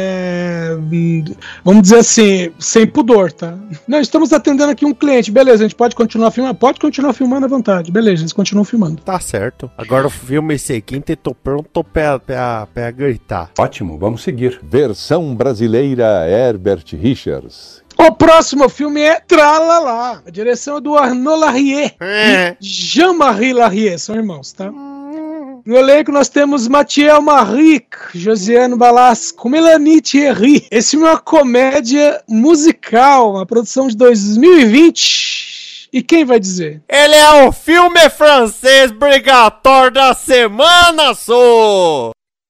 Vamos dizer assim, sem pudor, tá? Não, estamos atendendo aqui um cliente, beleza, a gente pode continuar filmando? Pode continuar filmando à vontade, beleza, eles continuam filmando. Tá certo. Agora o filme seguinte, tô pronto pra gritar. Ótimo, vamos seguir. Versão brasileira Herbert Richards. O próximo filme é Tralalá. A direção é do Arnaud Larrier e Jean-Marie Larrier, são irmãos, tá? No elenco nós temos Mathieu Maric, Josiane Balasco, Melanie Thierry. Esse filme é uma comédia musical, uma produção de 2020. E quem vai dizer? Ele é o filme francês obrigatório da semana, sou!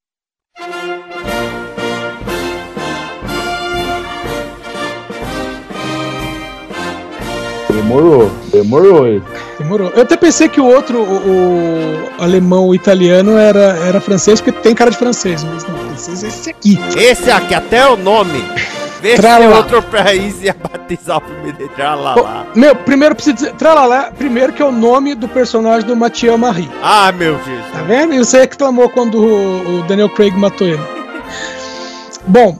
Demorou esse. Demorou. Eu até pensei que o outro, o alemão, o italiano, era francês, porque tem cara de francês, mas não, francês é esse aqui. Esse aqui, até o nome. Vê se outro país ia batizar o filme de Tralalá. Meu, primeiro preciso dizer, Tralalá, primeiro que é o nome do personagem do Mathieu Maric. Ah, meu Deus. Tá vendo? E você reclamou quando o Daniel Craig matou ele. Bom,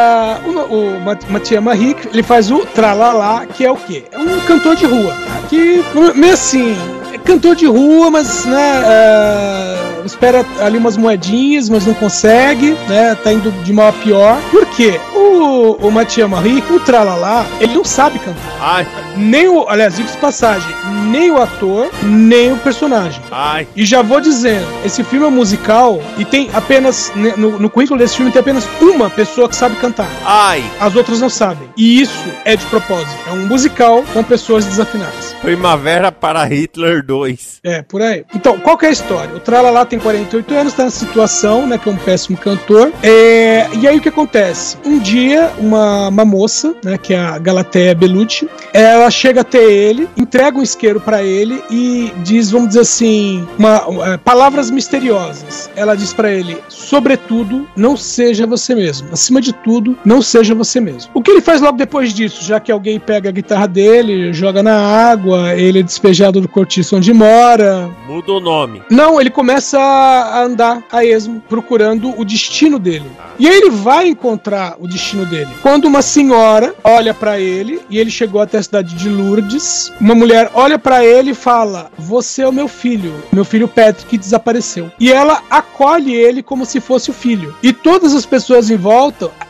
o Mathieu Maric, ele faz o Tralalá, que é o quê? É um cantor de rua, tá? Que, meio assim, é cantor de rua, mas, né, espera ali umas moedinhas, mas não consegue, né, tá indo de mal a pior. Por quê? O Mathieu Maric, o Tralalá, ele não sabe cantar. Ai. Aliás, diga de passagem, nem o ator, nem o personagem. Ai. E já vou dizendo, esse filme é musical e tem apenas, no currículo desse filme tem apenas uma pessoa que sabe cantar. Ai. As outras não sabem. E isso é de propósito. É um musical com pessoas desafinadas. Primavera para Hitler 2. É, por aí. Então, qual que é a história? O Tralalá tem 48 anos, tá nessa situação, né, que é um péssimo cantor. E aí o que acontece? Um dia, uma moça, né, que é a Galatea Bellucci, ela chega até ele, entrega um isqueiro pra ele e diz, vamos dizer assim, palavras misteriosas. Ela diz pra ele, sobretudo, não seja você mesmo. Acima de tudo, não seja você mesmo. O que ele faz logo depois disso? Já que alguém pega a guitarra dele, joga na água, ele é despejado do cortiço onde mora. Muda o nome. Não, ele começa a andar a esmo, procurando o destino dele. E aí ele vai encontrar o destino dele. Quando uma senhora olha pra ele, e ele chegou até a cidade de Lourdes, uma mulher olha pra ele e fala, você é o meu filho Patrick desapareceu. E ela acolhe ele como se fosse o filho. E todas as pessoas em volta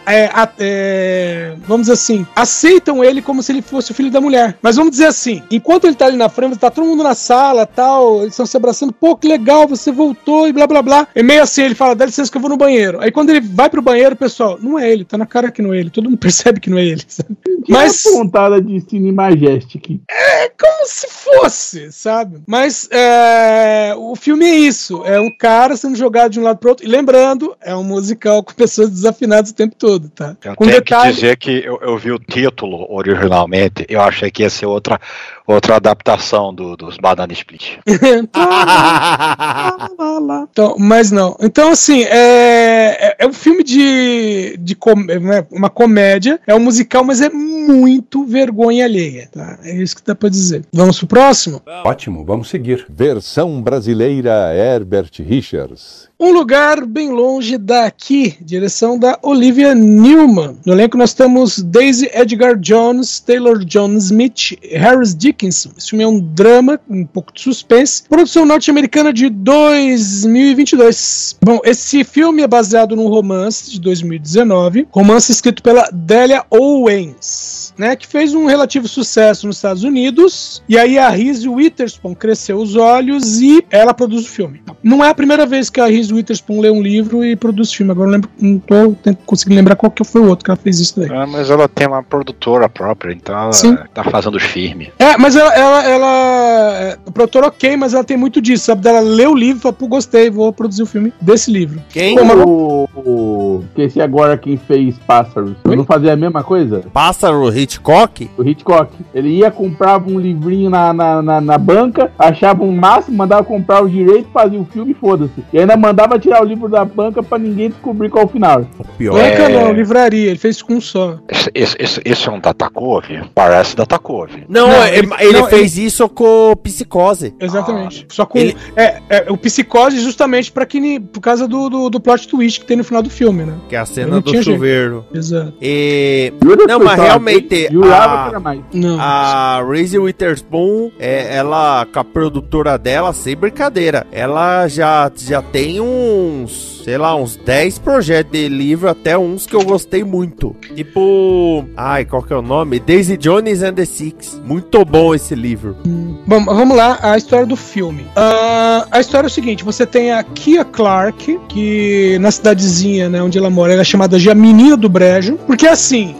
vamos dizer assim, aceitam ele como se ele fosse o filho da mulher. Mas vamos dizer assim, enquanto ele tá ali na frente, tá todo mundo na sala, tal, eles estão se abraçando, pô, que legal, você voltou e blá blá blá. É meio assim, ele fala, dá licença que eu vou no banheiro. Aí quando ele vai pro banheiro, pessoal, não é ele, tá na cara que não é ele, todo mundo percebe que não é ele. Sabe? Mas uma pontada de Cine Majestic. É como se fosse, sabe? Mas o filme é isso, é um cara sendo jogado de um lado pro outro, e lembrando, é um musical com pessoas desafinadas o tempo todo, tá? Eu tenho que dizer que eu vi o título originalmente, eu achei que ia ser outra adaptação dos Banana Split. Então, mas não. Então, assim, é um filme de uma comédia, é um musical, mas é muito vergonha alheia, tá? É isso que dá pra dizer. Vamos pro próximo? Ótimo, vamos seguir. Versão brasileira Herbert Richards. Um Lugar Bem Longe Daqui, direção da Olivia Newman. No elenco nós temos Daisy Edgar Jones, Taylor John Smith, Harris Dickinson. Esse filme é um drama, um pouco de suspense. Produção norte-americana de 2022. Bom, esse filme é baseado num romance de 2019. Romance escrito pela Delia Owens, né, que fez um relativo sucesso nos Estados Unidos. E aí a Reese Witherspoon cresceu os olhos e ela produz o filme. Não é a primeira vez que a Reese Witherspoon lê um livro e produz filme. Agora eu não tô conseguindo lembrar qual que foi o outro que ela fez isso daí. Mas ela tem uma produtora própria, então ela tá fazendo os filmes. Mas ela produtora ok, mas ela tem muito disso, sabe? Dela lê o livro e fala, pô, gostei, vou produzir o filme desse livro. Quem? Esse agora quem fez Pássaros, não fazia a mesma coisa? Pássaro, Hitchcock? O Hitchcock. Ele ia, comprava um livrinho na banca, achava um máximo, mandava comprar o direito, fazia o filme e foda-se. E ainda mandava tirar o livro da banca pra ninguém descobrir qual é o final. O pior não, livraria, ele fez com um só. Esse é um Datakov? Parece Datakov. Não, ele fez isso com Psicose. Exatamente. Só com o Psicose justamente por causa do plot twist que tem no final do filme, né? Que é a cena do chuveiro. Exato. Não, mas realmente a Reese Witherspoon, ela com a produtora dela, sem brincadeira, ela já tem uns 10 projetos de livro, até uns que eu gostei muito. Tipo, qual que é o nome? Daisy Jones and the Six. Muito bom esse livro. Bom, vamos lá, a história do filme. A história é o seguinte, você tem a Kia Clark, que na cidadezinha, né, onde ela mora, ela é chamada de a Menina do Brejo, porque assim,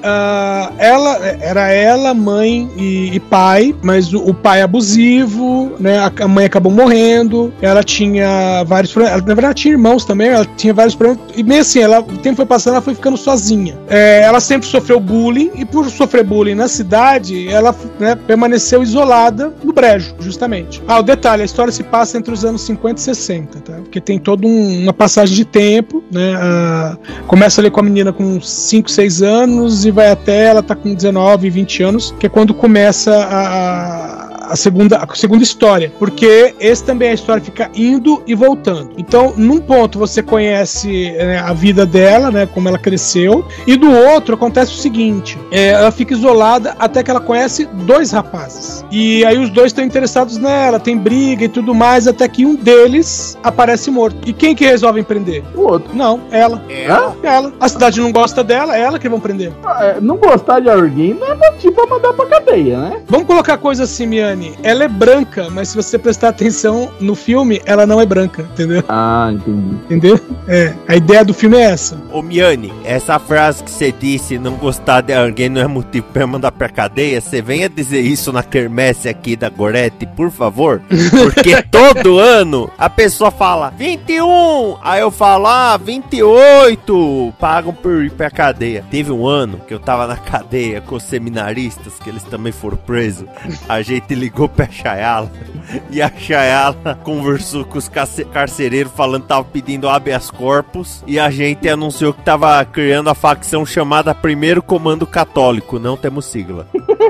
ela, mãe e pai, mas o pai é abusivo, né, a mãe acabou morrendo, ela tinha vários problemas, na verdade ela tinha irmãos também, ela tinha vários problemas, e meio assim, o tempo foi passando, ela foi ficando sozinha. Ela sempre sofreu bullying, e por sofrer bullying na cidade, ela, né, permaneceu isolada no Brejo, justamente. O detalhe, a história se passa entre os anos 50 e 60, tá? Porque tem toda uma passagem de tempo, né? Começa ali com a menina com 5, 6 anos e vai até ela tá com 19, 20 anos, que é quando começa a segunda história, porque esse também a história fica indo e voltando. Então, num ponto você conhece, né, a vida dela, né, como ela cresceu, e do outro acontece o seguinte, ela fica isolada até que ela conhece 2 rapazes, e aí os 2 estão interessados nela, tem briga e tudo mais, até que um deles aparece morto. E quem que resolve prender? O outro. Não, ela. Ela. A cidade não gosta dela, é ela que vão prender. Não gostar de alguém não é motivo pra mandar pra cadeia, né? Vamos colocar coisa assim, Miane. Ela é branca, mas se você prestar atenção no filme, ela não é branca, entendeu? Entendi. Entendeu? A ideia do filme é essa. Ô Miane, essa frase que você disse, não gostar de alguém não é motivo pra mandar pra cadeia, você venha dizer isso na quermesse aqui da Gorete, por favor? Porque todo ano a pessoa fala 21, aí eu falo 28, pagam por ir pra cadeia. Teve um ano que eu tava na cadeia com os seminaristas, que eles também foram presos, a gente ligou pra Chayala e a Chayala conversou com os carcereiros falando que tava pedindo habeas corpus e a gente anunciou que tava criando a facção chamada Primeiro Comando Católico, não temos sigla.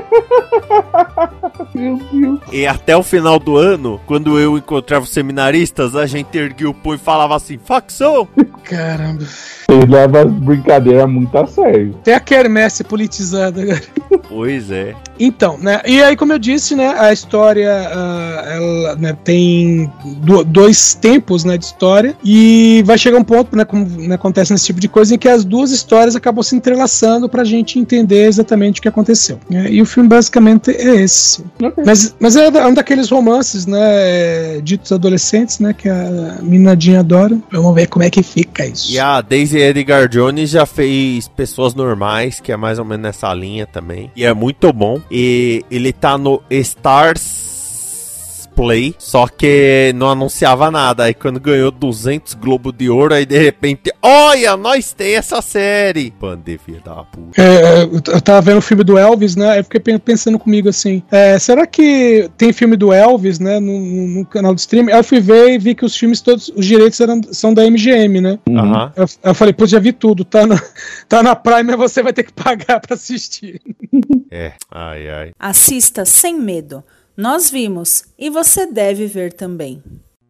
Meu Deus. E até o final do ano, quando eu encontrava os seminaristas, a gente erguia o punho e falava assim, facção! Caramba. Vocês levam as brincadeiras muito a sério. Tem a quermesse politizada agora. Pois é. Então, né? E aí, como eu disse, né? A história, ela, né, tem dois tempos, né, de história. E vai chegar um ponto, né, como né, acontece nesse tipo de coisa, em que as duas histórias acabam se entrelaçando pra gente entender exatamente o que aconteceu. Né? E o filme basicamente é esse. Okay. Mas é um daqueles romances, né? Ditos adolescentes, né? Que a minadinha adora. Vamos ver como é que fica isso. E a Daisy Edgar Jones já fez Pessoas Normais, que é mais ou menos nessa linha também. E é muito bom. E ele tá no Stars Play, só que não anunciava nada. Aí quando ganhou 200 Globo de Ouro, aí de repente, olha, nós tem essa série. Pandemia da puta. Eu tava vendo o filme do Elvis, né? Eu fiquei pensando comigo assim, será que tem filme do Elvis, né? No canal do streaming? Aí eu fui ver e vi que os filmes todos, os direitos são da MGM, né? Uhum. Eu falei, pô, já vi tudo, tá na Prime, você vai ter que pagar pra assistir. Ai. Assista sem medo. Nós vimos e você deve ver também.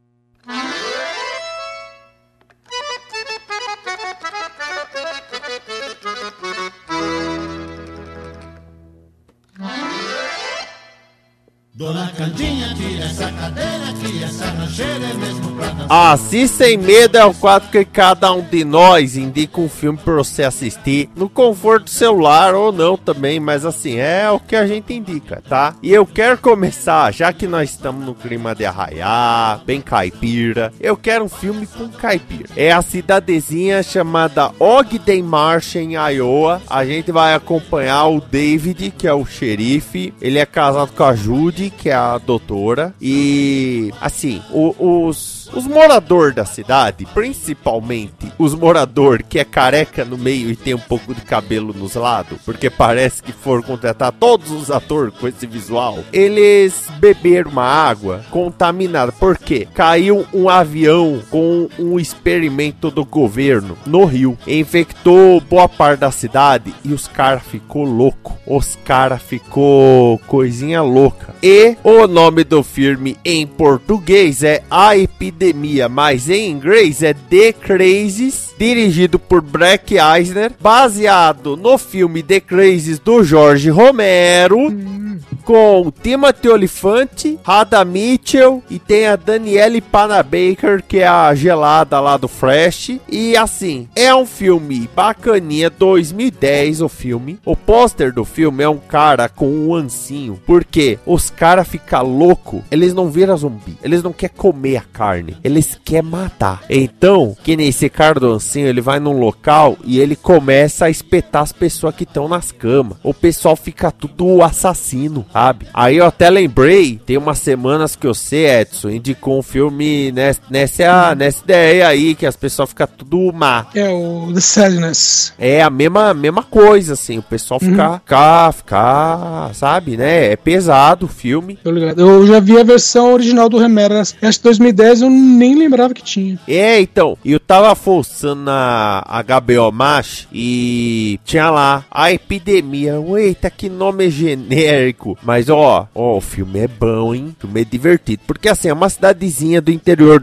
Dona Candinha, tira essa cadeira, que essa rancheira é mesmo pra dançar. Assim Sem Medo é o quadro que cada um de nós indica um filme pra você assistir no conforto do celular ou não também, mas assim, é o que a gente indica, tá? E eu quero começar, já que nós estamos no clima de arraiar, bem caipira, eu quero um filme com caipira. É a cidadezinha chamada Ogden Marsh, em Iowa. A gente vai acompanhar o David, que é o xerife, ele é casado com a Judy, que é a doutora, e assim, os moradores da cidade, principalmente os moradores que é careca no meio e tem um pouco de cabelo nos lados, porque parece que foram contratar todos os atores com esse visual, eles beberam uma água contaminada, porque caiu um avião com um experimento do governo no rio, infectou boa parte da cidade e os caras ficou louco, os caras ficou coisinha louca. E o nome do filme em português é A Epidemia, mas em inglês é The Crazies, dirigido por Breck Eisner, baseado no filme The Crazies do Jorge Romero, com Timothy Olyphant, Radha Mitchell e tem a Danielle Panabaker, que é a gelada lá do Fresh. E assim, é um filme bacaninha, 2010 o filme. O pôster do filme é um cara com um ancinho, porque os caras ficam loucos, eles não viram zumbi, eles não querem comer a carne, eles querem matar. Então, que nem esse cara do ancinho, ele vai num local e ele começa a espetar as pessoas que estão nas camas. O pessoal fica tudo assassino, sabe? Aí eu até lembrei, tem umas semanas que você, Edson, indicou um filme nessa ideia aí, que as pessoas ficam tudo má. É o The Sadness. É a mesma coisa, assim, o pessoal fica, sabe, né? É pesado o filme. Tô ligado. Eu já vi a versão original do Romero, acho que 2010 eu nem lembrava que tinha. Então, eu tava forçando na HBO Max e tinha lá A Epidemia. Eita, que nome genérico. Mas ó, o filme é bom, hein? O filme é divertido. Porque assim, é uma cidadezinha do interior.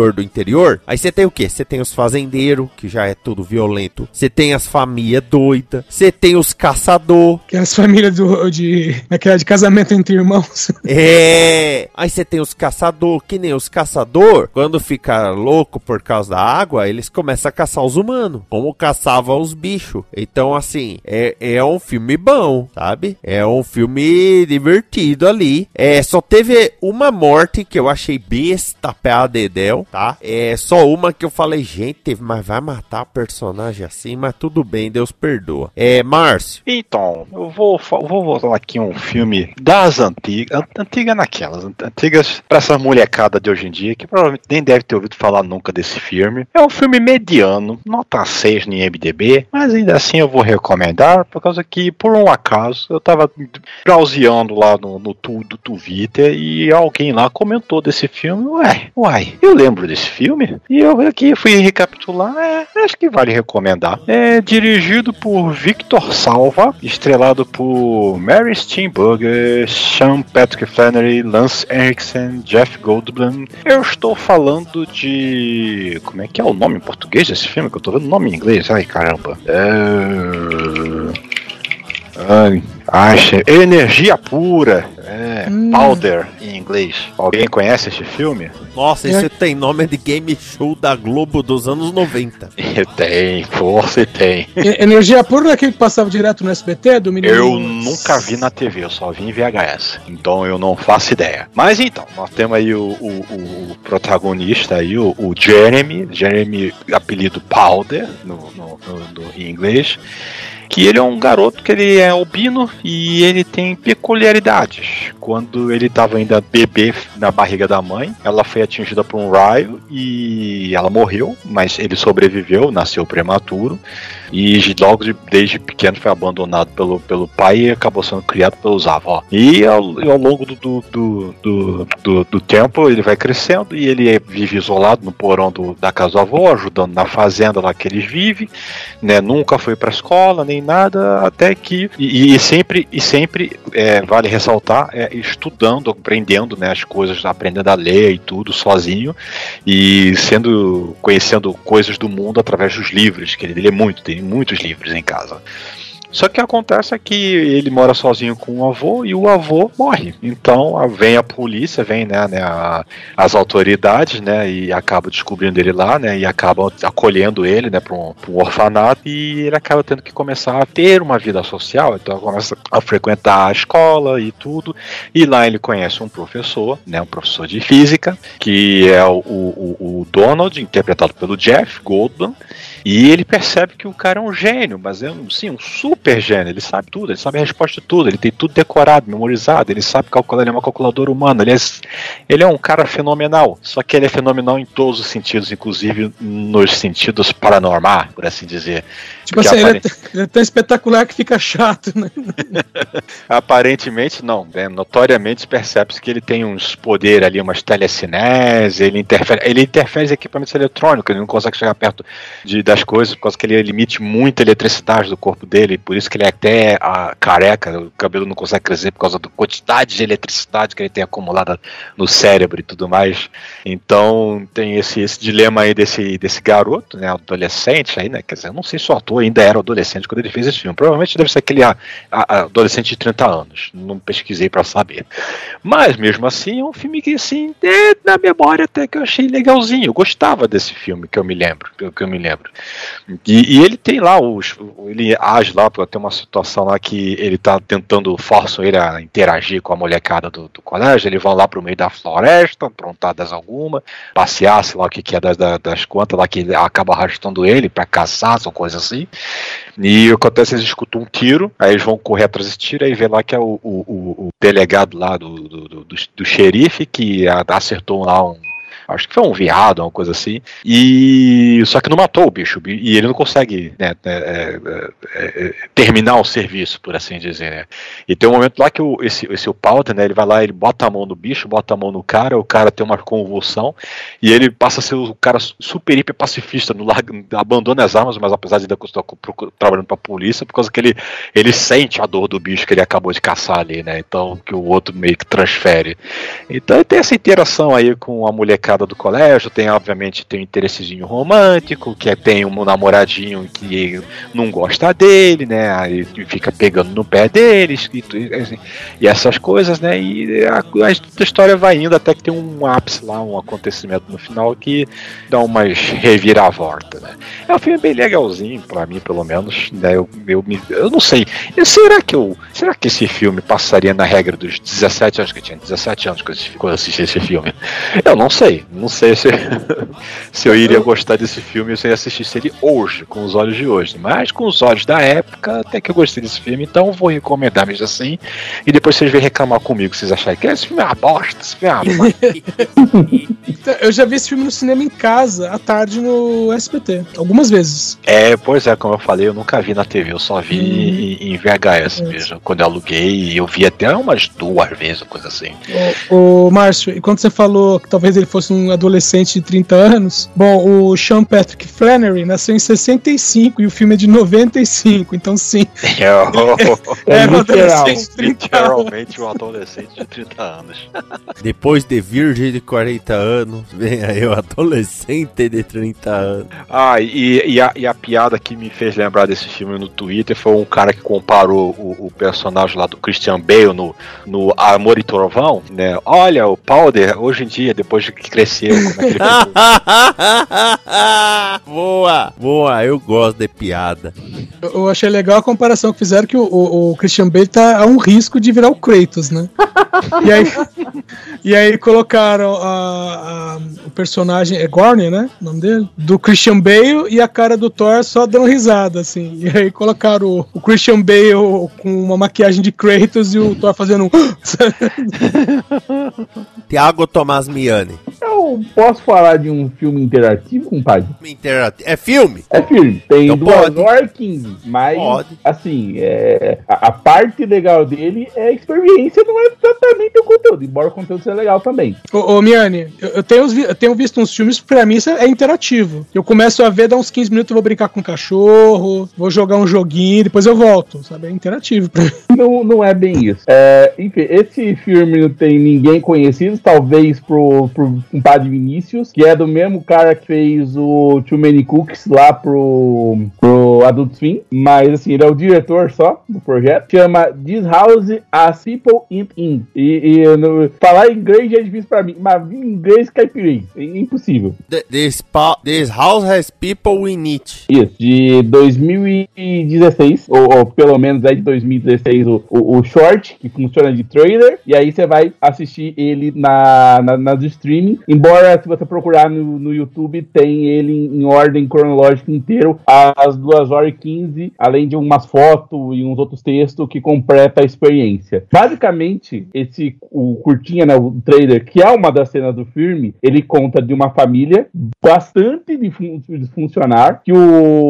Aí você tem o quê? Você tem os fazendeiros, que já é tudo violento. Você tem as famílias doidas. Você tem os caçadores. Que é as famílias de casamento entre irmãos. Aí você tem os caçadores, que nem os caçadores, quando fica louco por causa da água, eles começam a caçar os humanos, como caçavam os bichos. Então, assim, é um filme bom, sabe? É um filme divertido ali. Só teve uma morte que eu achei besta pra dedéu, tá? Só uma que eu falei, gente, mas vai matar a personagem assim, mas tudo bem, Deus perdoa. Márcio. Então, eu vou voltar aqui um filme das antigas antigas pra essa molecada de hoje em dia, que provavelmente nem deve ter ouvido falar nunca desse filme. É um filme mediano, nota 6 no IMDb, mas ainda assim eu vou recomendar, por causa que, por um acaso, eu tava browseando lá no Twitter e alguém lá comentou desse filme. Uai, eu lembro desse filme e eu aqui fui recapitular, acho que vale recomendar. É dirigido por Victor Salva, estrelado por Mary Steenburgen, Sean Patrick Flannery, Lance Henriksen, Jeff Goldblum. Eu estou falando de... Como é que é o nome em português desse filme? Que eu tô vendo o nome em inglês. Ai, caramba. Energia Pura. Powder em inglês. Alguém conhece esse filme? Nossa, isso tem nome de game show da Globo dos anos 90. Tem, força e tem. Energia Pura é aquele que passava direto no SBT, do menino? Eu nunca vi na TV, eu só vi em VHS. Então eu não faço ideia. Mas então, nós temos aí o protagonista aí, o Jeremy, apelido Powder em inglês. Que ele é um garoto que ele é albino e ele tem peculiaridades. Quando ele estava ainda bebê na barriga da mãe, ela foi atingida por um raio e ela morreu, mas ele sobreviveu, nasceu prematuro e logo desde pequeno foi abandonado pelo pai e acabou sendo criado pelos avós. E ao longo do tempo ele vai crescendo e ele vive isolado no porão da casa do avô, ajudando na fazenda lá que eles vivem, né? Nunca foi para a escola nem nada, até que e sempre vale ressaltar, estudando, aprendendo, né, as coisas, aprendendo a ler e tudo sozinho e conhecendo coisas do mundo através dos livros, que ele lê muito, tem muitos livros em casa. Só que acontece que ele mora sozinho com o avô e o avô morre. Então vem a polícia, vem as autoridades, né, e acabam descobrindo ele lá, né, e acabam acolhendo ele, né, para um orfanato, e ele acaba tendo que começar a ter uma vida social. Então começa a frequentar a escola e tudo. E lá ele conhece um professor, né, um professor de física, que é o Donald, interpretado pelo Jeff Goldblum. E ele percebe que o cara é um gênio, mas é um super gênio, ele sabe tudo, ele sabe a resposta de tudo, ele tem tudo decorado, memorizado, ele sabe calcular, ele é uma calculadora humana, ele é um cara fenomenal, só que ele é fenomenal em todos os sentidos, inclusive nos sentidos paranormais, por assim dizer. Tipo assim, ele é tão espetacular que fica chato, né? Aparentemente não, né? Notoriamente percebe-se que ele tem uns poderes ali, umas telecinese, ele interfere em equipamentos eletrônicos, ele não consegue chegar perto das coisas, por causa que ele emite muita eletricidade do corpo dele, por isso que ele é até careca, o cabelo não consegue crescer por causa da quantidade de eletricidade que ele tem acumulada no cérebro e tudo mais. Então tem esse dilema aí desse garoto, né, adolescente aí, né, quer dizer, eu não sei se o ator ainda era adolescente quando ele fez esse filme, provavelmente deve ser aquele adolescente de 30 anos, não pesquisei pra saber, mas mesmo assim é um filme que assim, na memória até que eu achei legalzinho, eu gostava desse filme que eu me lembro. E ele tem lá ele age lá, tem uma situação lá que ele tá tentando, forçam ele a interagir com a molecada do colégio, eles vão lá pro meio da floresta, aprontadas alguma, passear, sei lá o que é das contas lá, que acaba arrastando ele pra caçar, ou coisa assim, e acontece, eles escutam um tiro, aí eles vão correr atrás desse tiro, aí vê lá que é o delegado lá do xerife, que acertou lá acho que foi um veado, uma coisa assim, e só que não matou o bicho, e ele não consegue, né, terminar o serviço, por assim dizer, né. E tem um momento lá que esse Powder, né, ele vai lá, ele bota a mão no bicho, bota a mão no cara, o cara tem uma convulsão, e ele passa a ser o cara super hiper pacifista, abandona as armas, mas apesar de ainda estar trabalhando pra polícia, por causa que ele sente a dor do bicho que ele acabou de caçar ali, né, então que o outro meio que transfere. Então tem essa interação aí com a molecada do colégio, obviamente tem um interessezinho romântico, que tem um namoradinho que não gosta dele, né, aí fica pegando no pé deles, e essas coisas, né, e a história vai indo até que tem um ápice lá, um acontecimento no final que dá umas reviravolta, né. É um filme bem legalzinho, pra mim, pelo menos, né, eu não sei, será que esse filme passaria na regra dos 17 anos, que eu tinha 17 anos quando eu assisti esse filme? Eu não sei se eu iria gostar desse filme se eu assistisse ele hoje, com os olhos de hoje, mas com os olhos da época, até que eu gostei desse filme, então vou recomendar mesmo assim, e depois vocês vêm reclamar comigo, vocês acharem que esse filme é uma bosta, esse filme é uma bosta. Eu já vi esse filme no cinema em casa, à tarde no SBT, algumas vezes. Pois é, como eu falei, eu nunca vi na TV, eu só vi em VHS mesmo, quando eu aluguei, eu vi até umas 2 vezes, coisa assim. Ô Márcio, e quando você falou que talvez ele fosse um adolescente de 30 anos. Bom, o Sean Patrick Flannery nasceu em 65 e o filme é de 95, então sim. É um adolescente de 30 anos. Literalmente um adolescente de 30 anos. Depois de virgem de 40 anos, vem aí o adolescente de 30 anos. E a piada que me fez lembrar desse filme no Twitter foi um cara que comparou o personagem lá do Christian Bale no Amor e Trovão, né? Olha, o Powder, hoje em dia, depois de que cresceu, como é que ele fez? Boa, eu gosto de piada. Eu achei legal a comparação que fizeram, que o Christian Bale tá a um risco de virar o Kratos, né? E aí colocaram o personagem, é Gorn, né? O nome dele? Do Christian Bale e a cara do Thor só dando risada, assim. E aí colocaram o Christian Bale com uma maquiagem de Kratos e o Thor fazendo um... Tiago Tomás Miani. Eu posso falar de um filme interativo, compadre? É filme? É filme. Tem então 2 horas e 15, mas, assim, a parte legal dele é a experiência, não é exatamente o conteúdo, embora o conteúdo seja legal também. Ô Miani, eu tenho visto uns filmes, pra mim isso é interativo. Eu começo a ver, dá uns 15 minutos, eu vou brincar com o cachorro, vou jogar um joguinho, depois eu volto, sabe? É interativo pra mim. Não é bem isso. Enfim, esse filme não tem ninguém conhecido, talvez pro compadre Vinícius, que é do mesmo cara que fez o Too Many Cooks lá pro Adult Swim, mas assim, ele é o diretor só do projeto, chama This House As People Eat In. Falar inglês já é difícil pra mim, mas em inglês caipirei, é impossível. This House Has People In It. Isso, de 2016, ou pelo menos é de 2016 o short, que funciona de trailer, e aí você vai assistir ele nas streaming, embora se você procurar no YouTube, tem ele em ordem cronológica inteiro, às 2 horas e 15, além de umas fotos e uns outros textos que completa a experiência. Basicamente, o curtinha, né, o trailer, que é uma das cenas do filme, ele conta de uma família bastante disfuncional, que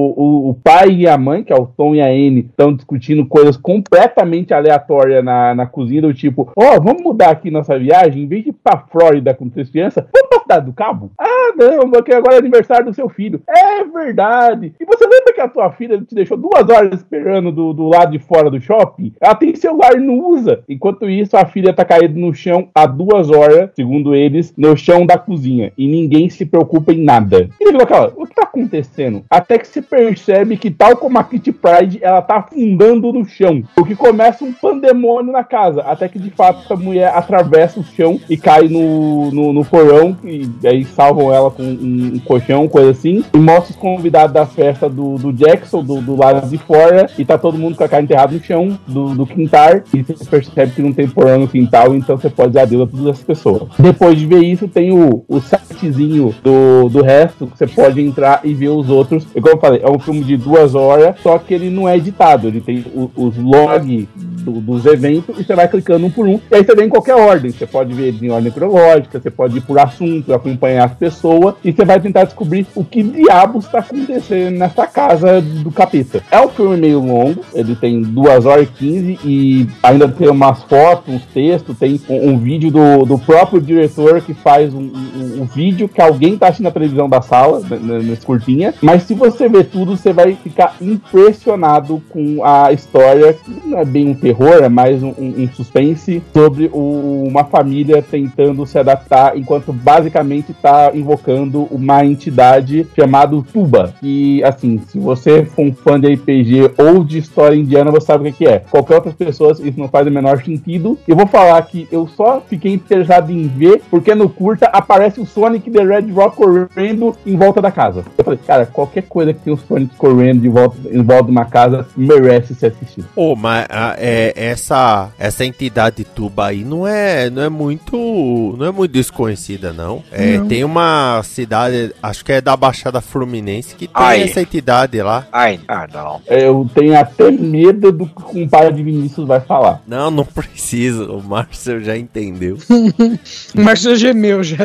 o pai e a mãe, que é o Tom e a Anne, estão discutindo coisas completamente aleatórias na cozinha, do tipo, vamos mudar aqui nossa viagem, em vez de ir pra Flórida com 3 crianças, vamos pra Cidade do Cabo? Ah, não, porque agora é aniversário do seu filho. É verdade. E você lembra que a tua filha te deixou 2 horas esperando do lado de fora do shopping? Ela tem celular e não usa. Enquanto isso, a filha tá caída no chão há 2 horas, segundo eles, no chão da cozinha. E ninguém se preocupa em nada. E ele fala, o que tá acontecendo? Até que se percebe que, tal como a Kitty Pryde, ela tá afundando no chão. O que começa um pandemônio na casa. Até que, de fato, a mulher atravessa o chão e cai no porão. E aí salvam ela com um colchão, coisa assim. E mostra os convidados da festa do Jackson, do lado de fora. E tá todo mundo com a cara enterrada no chão do quintal. E você percebe que não tem porão no quintal. Então você pode dizer adeus a todas as pessoas. Depois de ver isso, tem o sitezinho do resto. Que você pode entrar e ver os outros. E como eu falei, é um filme de 2 horas. Só que ele não é editado. Ele tem os logs dos eventos. E você vai clicando um por um. E aí você vê em qualquer ordem. Você pode ver em ordem cronológica. Você pode ir por assunto, acompanhar as pessoas. E você vai tentar descobrir o que diabos está acontecendo nessa casa do capeta. É um filme meio longo. Ele tem 2 horas e 15. E ainda tem umas fotos, uns textos. Tem um vídeo do próprio diretor que faz um vídeo que alguém tá assistindo na televisão da sala, nesse curtinha. Mas se você ver tudo, você vai ficar impressionado com a história, que não é bem um terror, é mais um suspense sobre uma família tentando se adaptar, enquanto basicamente tá invocando uma entidade chamada Tuba. Que, assim, se você for um fã de RPG ou de história indiana, você sabe o que é. Qualquer outras pessoas, isso não faz o menor sentido. Eu vou falar que eu só fiquei interessado em ver porque no curta aparece o Sonic the Red Rock correndo em volta da casa. Eu falei, cara, qualquer coisa que tem o Sonic correndo em volta de uma casa merece ser assistido. Mas essa entidade Tuba aí não é muito desconhecida, não. Não. Tem uma cidade, acho que é da Baixada Fluminense, que tem essa entidade lá. Não. Eu tenho até medo do que o compadre de Vinícius vai falar. Não precisa. O Márcio já entendeu. O Márcio gemeu já.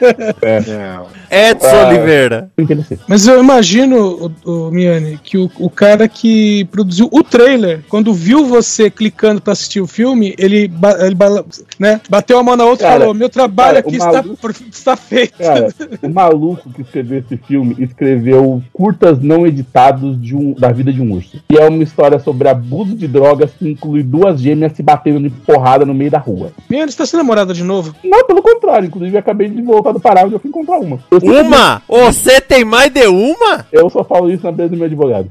Edson Oliveira. Mas eu imagino, Miani, que o cara que produziu o trailer, quando viu você clicando pra assistir o filme, ele né, bateu a mão na outra e falou, meu trabalho aqui está feito. Cara, o maluco que escreveu esse filme escreveu curtas não editados da vida de um urso. E é uma história sobre abuso de drogas que inclui duas gêmeas se batendo de porrada no meio da rua. Ele está sendo namorada de novo? Não, pelo contrário. Inclusive, eu acabei de voltar do Pará, onde eu fui encontrar uma. Uma? Você tem mais de uma? Eu só falo isso na mesa do meu advogado.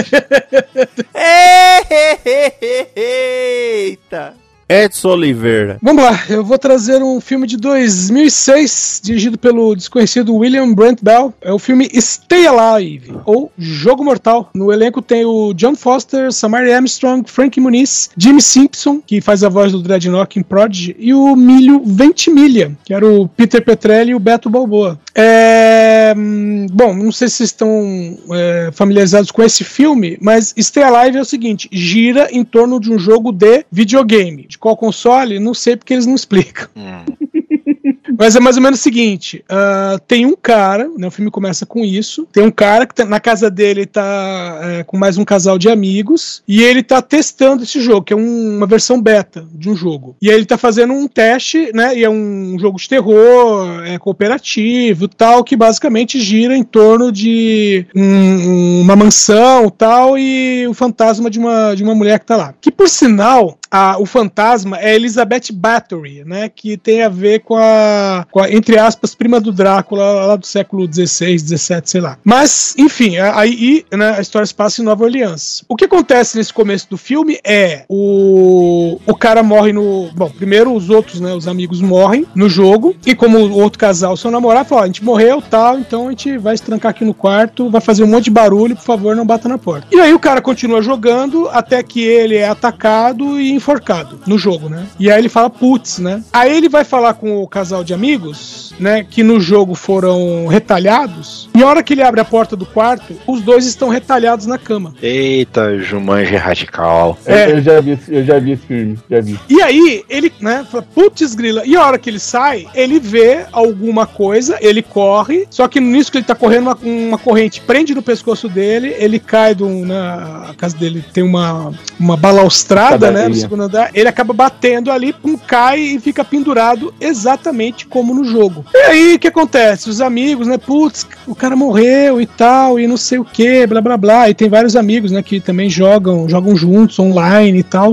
Eita! Edson Oliveira. Vamos lá, eu vou trazer um filme de 2006, dirigido pelo desconhecido William Brent Bell. É o filme Stay Alive, ou Jogo Mortal. No elenco tem o John Foster, Samari Armstrong, Frank Muniz, Jimmy Simpson, que faz a voz do Dreadnought em Prodigy, e o Milho Ventimiglia, que era o Peter Petrelli e o Beto Balboa. Bom, não sei se vocês estão familiarizados com esse filme, mas Stay Alive é o seguinte, gira em torno de um jogo de videogame. De qual console? Não sei porque eles não explicam. Mas é mais ou menos o seguinte, tem um cara, né, o filme começa com isso, tem um cara que na casa dele tá com mais um casal de amigos, e ele tá testando esse jogo, que é uma versão beta de um jogo. E aí ele tá fazendo um teste, né, e é um jogo de terror, cooperativo e tal, que basicamente gira em torno de uma mansão tal, e o fantasma de uma mulher que tá lá. Que por sinal, o fantasma é Elizabeth Bathory, né, que tem a ver com a, entre aspas, prima do Drácula lá do século XVI, XVII, sei lá. Mas, enfim, aí né, a história se passa em Nova Orleans. O que acontece nesse começo do filme é o cara morre no... Bom, primeiro os outros, né, os amigos morrem no jogo, e como o outro casal são namorados, fala, a gente morreu, tal, então a gente vai se trancar aqui no quarto, vai fazer um monte de barulho, por favor, não bata na porta. E aí o cara continua jogando até que ele é atacado e enforcado no jogo, né? E aí ele fala, putz, né? Aí ele vai falar com o casal de amigos, né, que no jogo foram retalhados, e a hora que ele abre a porta do quarto, os dois estão retalhados na cama. Eita, Jumanji radical. Eu já vi esse filme, já vi. E aí, ele, né, fala, putz grila, e a hora que ele sai, ele vê alguma coisa, ele corre, só que nisso que ele tá correndo, uma corrente prende no pescoço dele, ele cai a casa dele tem uma balaustrada, né, no segundo andar, ele acaba batendo ali, cai e fica pendurado exatamente como no jogo. E aí, o que acontece? Os amigos, né, putz, o cara morreu e tal, e não sei o que, blá blá blá, e tem vários amigos, né, que também jogam juntos, online e tal,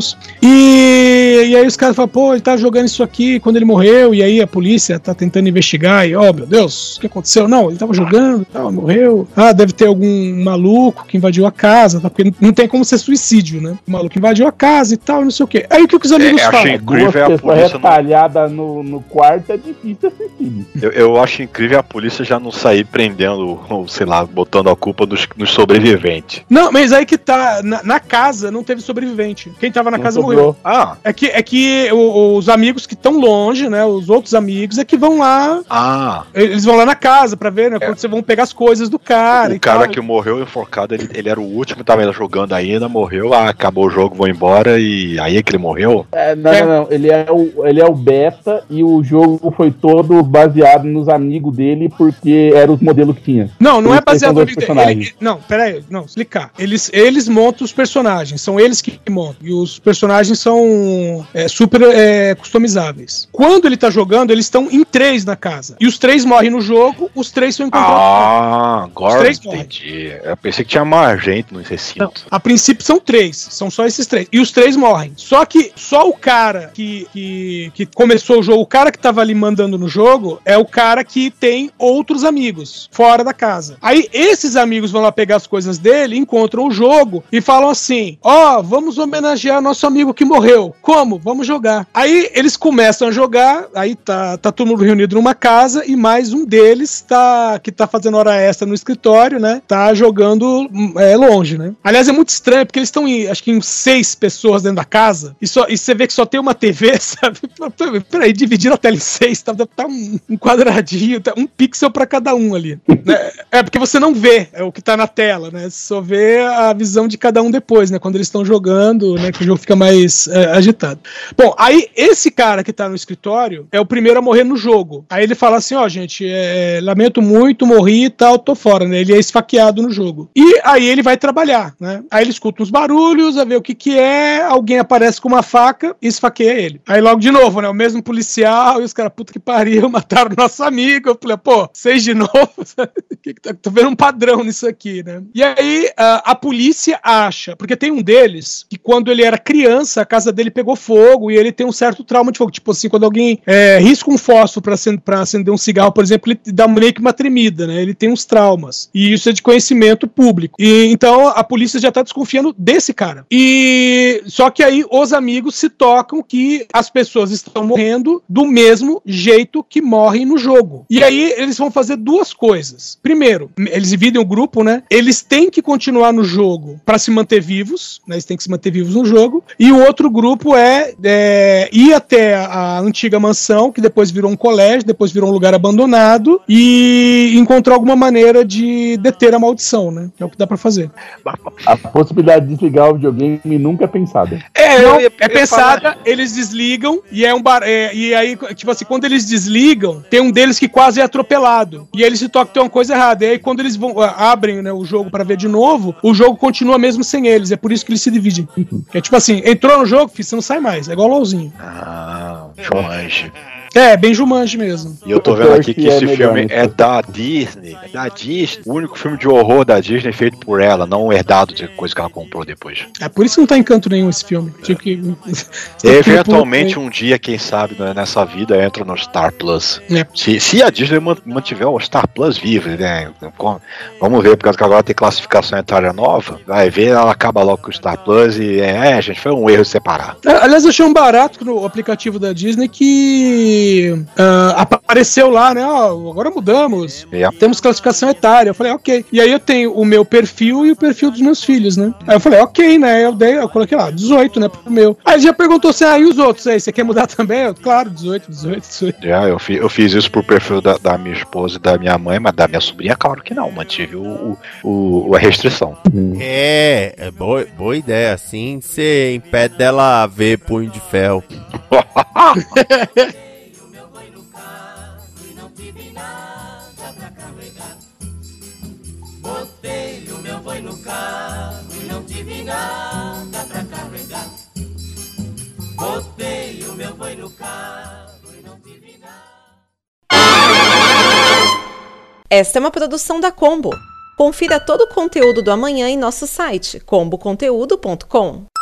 e aí os caras falam, pô, ele tá jogando isso aqui quando ele morreu, e aí a polícia tá tentando investigar, e meu Deus, o que aconteceu? Não, ele tava jogando e tal, morreu, deve ter algum maluco que invadiu a casa, tá? Porque não tem como ser suicídio, né, o maluco invadiu a casa e tal, não sei o que. Aí o que os amigos falam? Incrível a polícia retalhada no quarto é difícil assistir. Eu acho incrível a polícia já não sair prendendo, ou sei lá, botando a culpa nos sobreviventes. Não, mas aí que tá, na casa não teve sobrevivente. Quem tava na casa morreu. É que os amigos que estão longe, né, os outros amigos é que vão lá. Eles vão lá na casa pra ver, né, quando vocês vão pegar as coisas do cara. O cara que morreu enforcado, ele era o último, tava jogando ainda, morreu, acabou o jogo, vou embora, e aí é que ele morreu? Não, ele é o beta, e o jogo foi todo baseado nos amigos dele, porque eram os modelos que tinha. Não é baseado no amigo dele. Não, peraí, explicar. Eles montam os personagens, são eles que montam, e os personagens são super customizáveis. Quando ele tá jogando, eles estão em 3 na casa, e os 3 morrem no jogo, os 3 são encontrados. Agora entendi. Eu pensei que tinha mais gente no recinto. Não, a princípio são 3, são só esses 3, e os 3 morrem. Só que só o cara que começou o jogo, o cara que tava ali mandando no jogo, é o cara que tem outros amigos fora da casa. Aí esses amigos vão lá pegar as coisas dele, encontram o jogo e falam assim, vamos homenagear nosso amigo que morreu. Como? Vamos jogar. Aí eles começam a jogar, aí tá todo mundo reunido numa casa, e mais um deles que tá fazendo hora extra no escritório, né, tá jogando longe, né. Aliás, é muito estranho, porque eles estão acho que em 6 pessoas dentro da casa, e você vê que só tem uma TV, sabe? Peraí, dividiram a tela em 6 deve estar um quadradinho, um pixel pra cada um ali. Né? É porque você não vê o que tá na tela, né? Você só vê a visão de cada um depois, né? Quando eles estão jogando, né? Que o jogo fica mais agitado. Bom, aí esse cara que tá no escritório é o primeiro a morrer no jogo. Aí ele fala assim, gente, lamento muito, morri e tal, tô fora, né? Ele é esfaqueado no jogo. E aí ele vai trabalhar, né? Aí ele escuta uns barulhos, a ver o que é, alguém aparece com uma faca e esfaqueia ele. Aí logo de novo, né? O mesmo policial e os caras, puta que pariu, mataram nosso amigo. Eu falei, pô, vocês de novo? Tô vendo um padrão nisso aqui, né? E aí a polícia acha, porque tem um deles que quando ele era criança, a casa dele pegou fogo e ele tem um certo trauma de fogo. Tipo assim, quando alguém risca um fósforo pra acender um cigarro, por exemplo, ele dá meio que uma tremida, né? Ele tem uns traumas. E isso é de conhecimento público. E então a polícia já tá desconfiando desse cara. E só que aí os amigos se tocam que as pessoas estão morrendo do mesmo jeito que morrem no jogo. E aí eles vão fazer duas coisas. Primeiro, eles dividem o grupo, né? Eles têm que continuar no jogo para se manter vivos, né? Eles têm que se manter vivos no jogo. E o outro grupo ir até a antiga mansão, que depois virou um colégio, depois virou um lugar abandonado, e encontrar alguma maneira de deter a maldição, né? Que é o que dá pra fazer. A possibilidade de desligar o videogame nunca é pensada. É pensada, eles desligam, e e aí, tipo assim, quando eles desligam, tem um deles que quase é atropelado. E aí eles se tocam que tem uma coisa errada. E aí quando eles abrem, né, o jogo pra ver de novo, o jogo continua mesmo sem eles. É por isso que eles se dividem. É tipo assim, entrou no jogo, filho, você não sai mais. É igual LOLzinho. Jumanji. Bem Jumanji mesmo. E eu tô vendo aqui que esse filme é da Disney. É da Disney. O único filme de horror da Disney feito por ela, não herdado de coisa que ela comprou depois. É por isso que não tá em canto nenhum esse filme. Eventualmente, um dia, quem sabe, nessa vida, entra no Star Plus. Se a Disney mantiver o Star Plus vivo, né? Vamos ver, por causa que agora tem classificação etária nova. Vai ver, ela acaba logo com o Star Plus e gente, foi um erro separar. Aliás, eu achei um barato no aplicativo da Disney que apareceu lá, né? Agora mudamos. Temos classificação etária. Eu falei, ok. E aí eu tenho o meu perfil e o perfil dos meus filhos, né? Aí eu falei, ok, né? Eu coloquei lá, 18, né? Pro meu. Aí ele já perguntou assim, e os outros aí? Você quer mudar também? Claro, 18. Eu fiz isso pro perfil da minha esposa e da minha mãe, mas da minha sobrinha, claro que não. Mantive a restrição. Boa ideia. Assim você impede dela ver Punho de Ferro. Botei o meu boi no carro e não tive nada pra carregar. Botei o meu boi no carro e não tive nada. Esta é uma produção da Combo. Confira todo o conteúdo do amanhã em nosso site comboconteúdo.com.